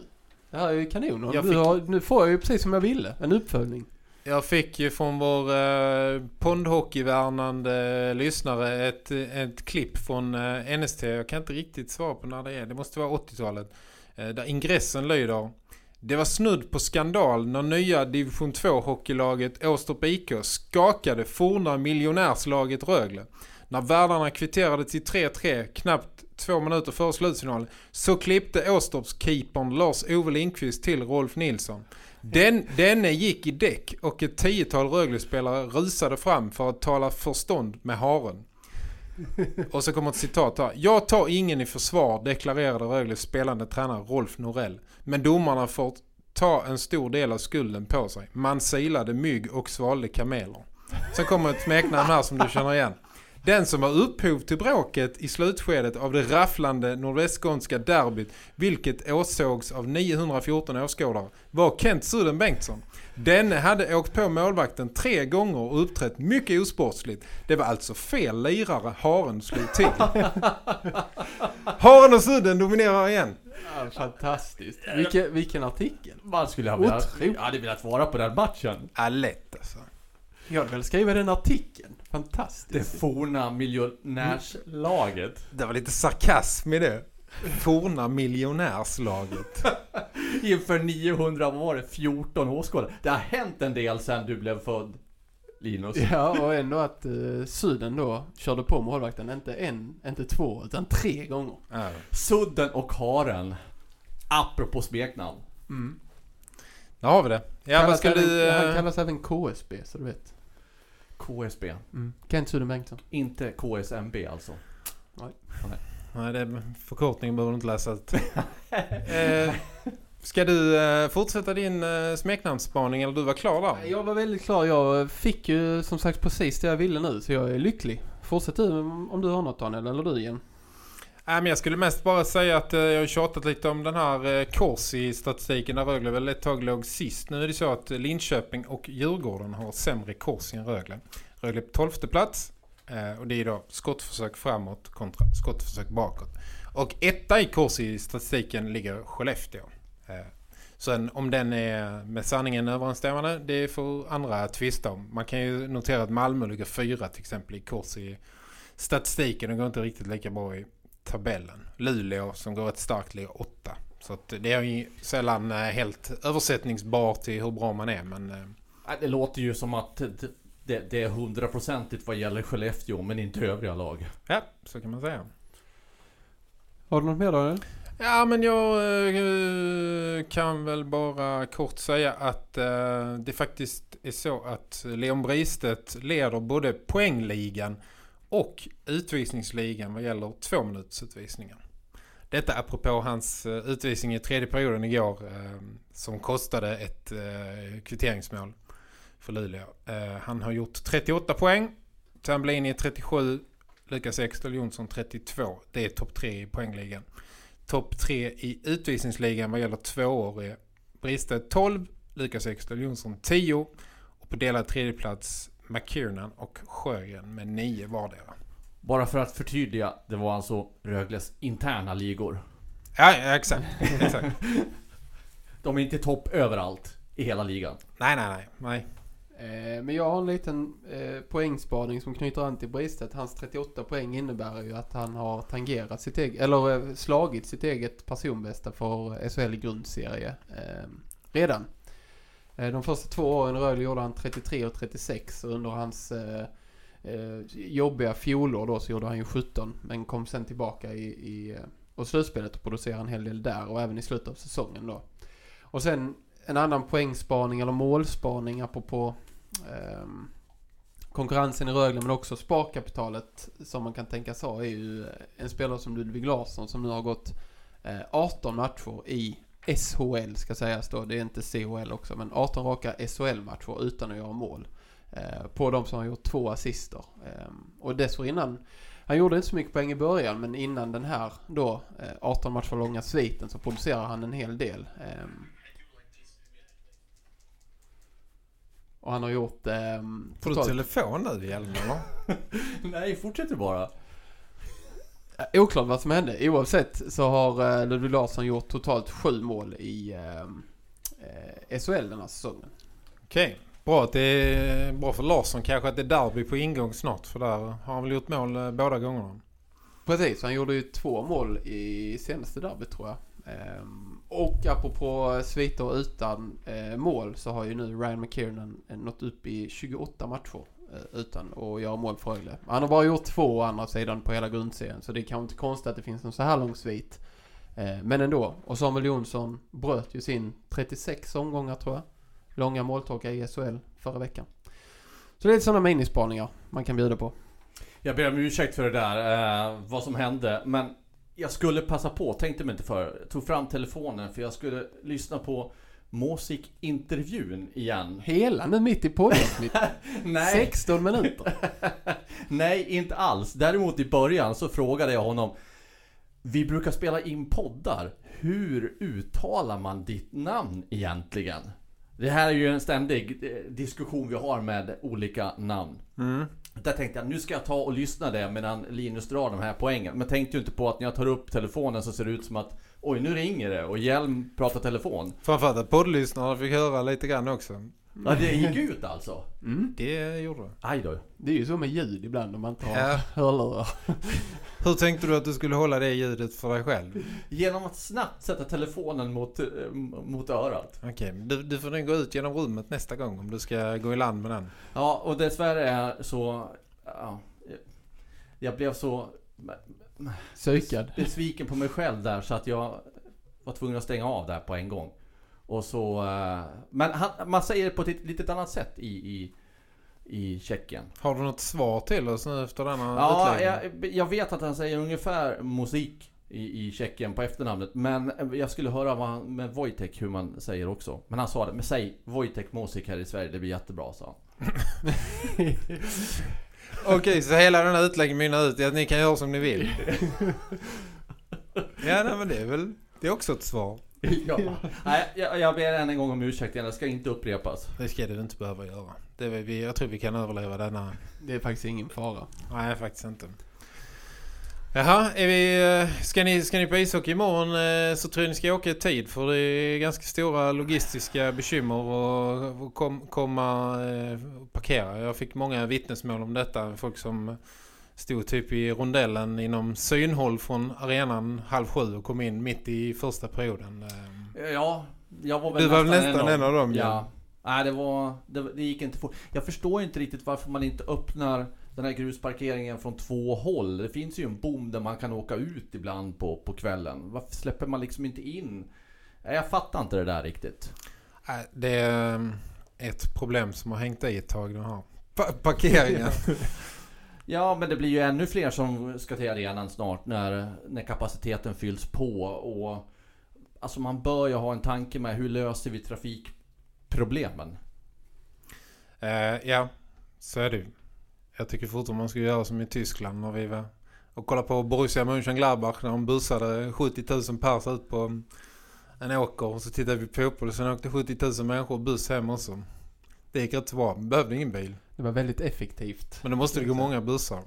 Det här är ju kanon. Nu får jag ju precis som jag ville. En uppföljning. Jag fick ju från vår pondhockeyvärnande lyssnare ett klipp från NST. Jag kan inte riktigt svara på när det är. Det måste vara 80-talet. Där ingressen lyder: det var snudd på skandal när nya division 2-hockeylaget Åstorp IK skakade forna miljonärslaget Rögle. När värdarna kvitterade till 3-3 knappt 2 minuter före slutsignalen så klippte Åstorps keepern Lars-Ove Lindqvist till Rolf Nilsson. Denne gick i däck och ett 10-tal Rögle-spelare rusade fram för att tala förstånd med haren. Och så kommer ett citat här. Jag tar ingen i försvar, deklarerade Rögles spelande tränare Rolf Norell. Men domarna får ta en stor del av skulden på sig. Man silade mygg och svalde kameler. Sen kommer ett smeknamn här som du känner igen. Den som var upphov till bråket i slutskedet av det rafflande nordvästskånska derbyt, vilket åsågs av 914 åskådare, var Kent Sudden Bengtsson. Denne hade åkt på målvakten 3 gånger och uppträtt mycket osportsligt. Det var alltså fel lirare haren slog till. Haren och Sudden dominerar igen. Ja, fantastiskt. Vilken artikel. Man skulle ha velat vara på den matchen. Ja, lätt alltså. Jag hade väl skriva den artikeln. Fantastiskt. Det forna miljonärslaget. Det var lite sarkasm i det. Forna miljonärslaget. Inför 900 var det 14 åskådare. Det har hänt en del sedan du blev född, Linus. Ja, och ändå att Sudden då körde på målvakten inte 2 utan 3 gånger. Ja. Sudden och haren. Apropå smeknamn. Mm. Där har vi det. Ja, vad ska du... Han kallas även KSB, så du vet. KSB. Kent Sudden Bengtsson. Inte KSMB alltså. Nej, det är förkortningen behöver du inte läsa ut. Ska du fortsätta din smeknamnsspaning eller du var klar där? Jag var väldigt klar. Jag fick ju som sagt precis det jag ville nu, så jag är lycklig. Fortsätt du om du har något, Daniel, eller du igen. Men jag skulle mest bara säga att jag har tjatat lite om den här Corsi-statistiken där Rögle väl ett tag låg sist. Nu är det så att Linköping och Djurgården har sämre Corsi än Rögle. Rögle på 12:e plats och det är då skottförsök framåt kontra skottförsök bakåt. Och etta i Corsi-statistiken ligger Skellefteå. Så om den är med sanningen överensstämmande, det får andra tvista om. Man kan ju notera att Malmö ligger 4 till exempel i Corsi-statistiken. Det går inte riktigt lika bra i tabellen. Luleå som går ett starkt ligger 8. Så att det är ju sällan helt översättningsbart till hur bra man är. Men det låter ju som att det är 100% vad gäller Skellefteå, men inte övriga lag. Ja, så kan man säga. Har du något mer då, eller? Ja, men jag kan väl bara kort säga att det faktiskt är så att Leon Bristedt leder både poängligan och utvisningsligan vad gäller 2 minuters utvisningar. Detta apropå hans utvisning i 3:e perioden igår som kostade ett kvitteringsmål för Luleå. Han har gjort 38 poäng, Tambellini 37, Lukas Ekström Jonsson 32. Det är topp 3 i poängligan. Topp 3 i utvisningsligan vad gäller 2-åriga. Bristedt 12, Lukas Ekström Jonsson 10 och på delad tredjeplats McKiernan och Sjögren med 9 vardera. Bara för att förtydliga, det var alltså Rögles interna ligor. Ja, exakt. De är inte topp överallt i hela ligan. Nej. Men jag har en liten poängspaning som knyter an till Bristedt. Hans 38 poäng innebär ju att han har tangerat sitt eget, eller slagit sitt eget personbästa för SHL grundserie redan. De första 2 åren i Rögle gjorde han 33 och 36 och under hans jobbiga fjolår då så gjorde han ju 17 men kom sen tillbaka och slutspelet och producerade en hel del där och även i slutet av säsongen då. Och sen en annan poängspaning eller målspaning apropå konkurrensen i Rögle men också sparkapitalet som man kan tänka sig är ju en spelare som Ludvig Larsson som nu har gått 18 matcher i SHL ska sägas då, det är inte CHL också men 18 raka SHL-matcher utan att göra mål på de som har gjort 2 assister och dessförinnan han gjorde inte så mycket poäng i början men innan den här då 18 matcher långa sviten så producerar han en hel del och han har gjort får du telefon nu igen eller? Nej, fortsätter bara. Oklart vad som hände. Oavsett så har Ludvig Larsson gjort totalt 7 mål i SHL den här säsongen. Okej. Bra att det är bra för Larsson kanske att det är derby på ingång snart. För där har han väl gjort mål båda gångerna. Precis, han gjorde ju 2 mål i senaste derby tror jag. Och apropå sviter utan mål så har ju nu Ryan McKiernan nått upp i 28 matcher utan att göra mål för Rögle. Han har bara gjort 2 å andra sidan på hela grundserien, så det kan inte konstigt att det finns en så här lång svit. Men ändå. Och Samuel Jonsson bröt ju sin 36 omgångar tror jag. Långa måltorka i SHL förra veckan. Så det är sådana minispaningar man kan bjuda på. Jag ber om ursäkt för det där, vad som hände. Men jag skulle passa på, tänkte mig inte för. Tog fram telefonen för jag skulle lyssna på musikintervjun igen. Hela nu mitt i podden. Nej. 16 minuter. Nej, inte alls. Däremot i början så frågade jag honom: vi brukar spela in poddar. Hur uttalar man ditt namn egentligen? Det här är ju en ständig diskussion vi har med olika namn. Där tänkte jag, nu ska jag ta och lyssna det medan Linus drar de här poängen. Men tänkte ju inte på att när jag tar upp telefonen så ser det ut som att oj, nu ringer det och Hjelm pratar telefon. Framförallt att poddlyssnarna fick höra lite grann också. Ja, det gick ut alltså. Det gjorde det. Aj då. Det är ju så med ljud ibland om man inte har hörlurar. Hur tänkte du att du skulle hålla det ljudet för dig själv? Genom att snabbt sätta telefonen mot örat. Okej, du får nog gå ut genom rummet nästa gång om du ska gå i land med den. Ja, och dessvärre är så... Ja, jag blev så... Sökad. Besviken på mig själv där så att jag var tvungen att stänga av där på en gång. Och så... Men man säger det på ett litet annat sätt i Tjeckien. Har du något svar till oss nu efter denna utläggning? Jag vet att han säger ungefär musik i Tjeckien på efternamnet. Men jag skulle höra med Wojtek hur man säger också. Men han sa det, men säg Wojtek musik här i Sverige, det blir jättebra, sa han. Okej, så hela den här utläggningen mynnar ut i att ni kan göra som ni vill. Ja, nej, men det är också ett svar. Ja. Nej, jag ber en gång om ursäkt, det ska inte upprepas. Det ska det inte behöva göra. Jag tror vi kan överleva denna. Det är faktiskt ingen fara. Nej, faktiskt inte. Jaha, ska ni på ishockey imorgon så tror jag ni ska åka i tid, för det är ganska stora logistiska bekymmer och komma parkera. Jag fick många vittnesmål om detta. Folk som stod typ i rondellen inom synhåll från arenan 6:30 och kom in mitt i första perioden. Ja, jag var väl du var nästan en av dem. Ja. Nej, det gick inte fort. Jag förstår inte riktigt varför man inte öppnar den här grusparkeringen från 2 håll. Det finns ju en bom där man kan åka ut ibland på kvällen. Varför släpper man liksom inte in? Jag fattar inte det där riktigt. Det är ett problem som har hängt i ett tag, den här parkeringen. Ja, men det blir ju ännu fler som ska till arenan snart när kapaciteten fylls på. Och alltså man bör ju ha en tanke med hur löser vi trafikproblemen. Ja, så är det. Jag tycker fortfarande man ska göra som i Tyskland när vi var och kolla på Borussia Mönchengladbach när de busade 70 000 pers ut på en åker, och så tittade vi på fotboll och sen åkte 70 000 människor buss hem också. Det gick rätt bra, behövde ingen bil. Det var väldigt effektivt. Men då måste det gå många bussar.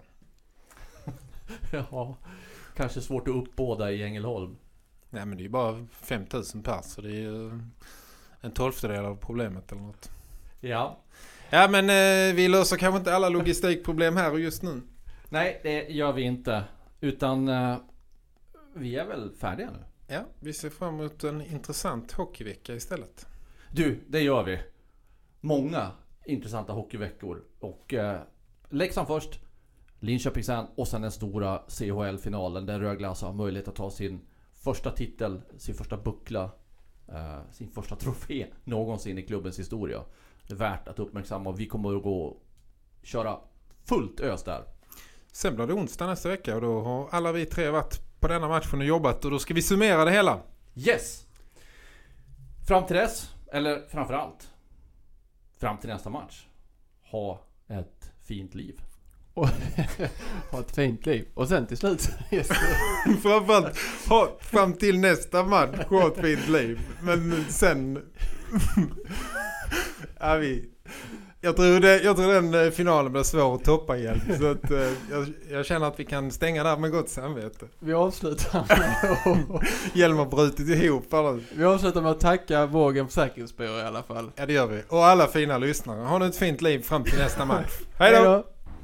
Ja, kanske svårt att uppbåda i Ängelholm. Nej, men det är ju bara 5 000 pers, så det är ju en 12:e av problemet eller något. Ja. Ja, men vi löser kanske inte alla logistikproblem här och just nu. Nej, det gör vi inte. Utan vi är väl färdiga nu. Ja, vi ser fram emot en intressant hockeyvecka istället. Du, det gör vi. Många intressanta hockeyveckor. Och Leksand först, Linköping sen och sen den stora CHL-finalen där Rögle alltså har möjlighet att ta sin första titel, sin första buckla, sin första trofé någonsin i klubbens historia. Det är värt att uppmärksamma, och vi kommer att gå och köra fullt ös där. Sen blir det onsdag nästa vecka och då har alla vi 3 varit på denna matchen och jobbat, och då ska vi summera det hela. Yes! Fram till dess, eller framförallt fram till nästa match, ha ett fint liv. Ha ett fint liv. Och sen till slut framförallt fram till nästa match, ha ett fint liv. Men sen Jag tror den finalen blir svår att toppa igen. Så att, jag känner att vi kan stänga där med gott samvete. Vi avslutar Hjelm har brutit ihop. Eller? Vi avslutar med att tacka Vågen Försäkringsbyrå i alla fall. Ja, det gör vi. Och alla fina lyssnare. Ha nu ett fint liv fram till nästa match. Hej då!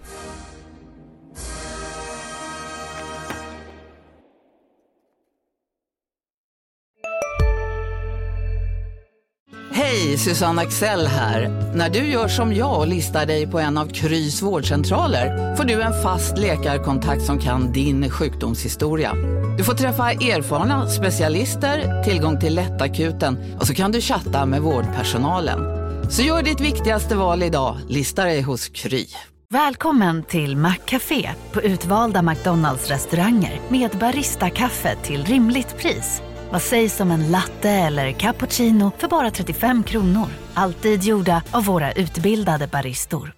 Hej, Susanne Axel här. När du gör som jag och listar dig på en av Krys vårdcentraler får du en fast läkarkontakt som kan din sjukdomshistoria. Du får träffa erfarna specialister, tillgång till lättakuten och så kan du chatta med vårdpersonalen. Så gör ditt viktigaste val idag, lista dig hos Kry. Välkommen till Maccafé på utvalda McDonalds-restauranger med Barista-kaffe till rimligt pris. Vad sägs om en latte eller cappuccino för bara 35 kronor? Alltid gjorda av våra utbildade baristor.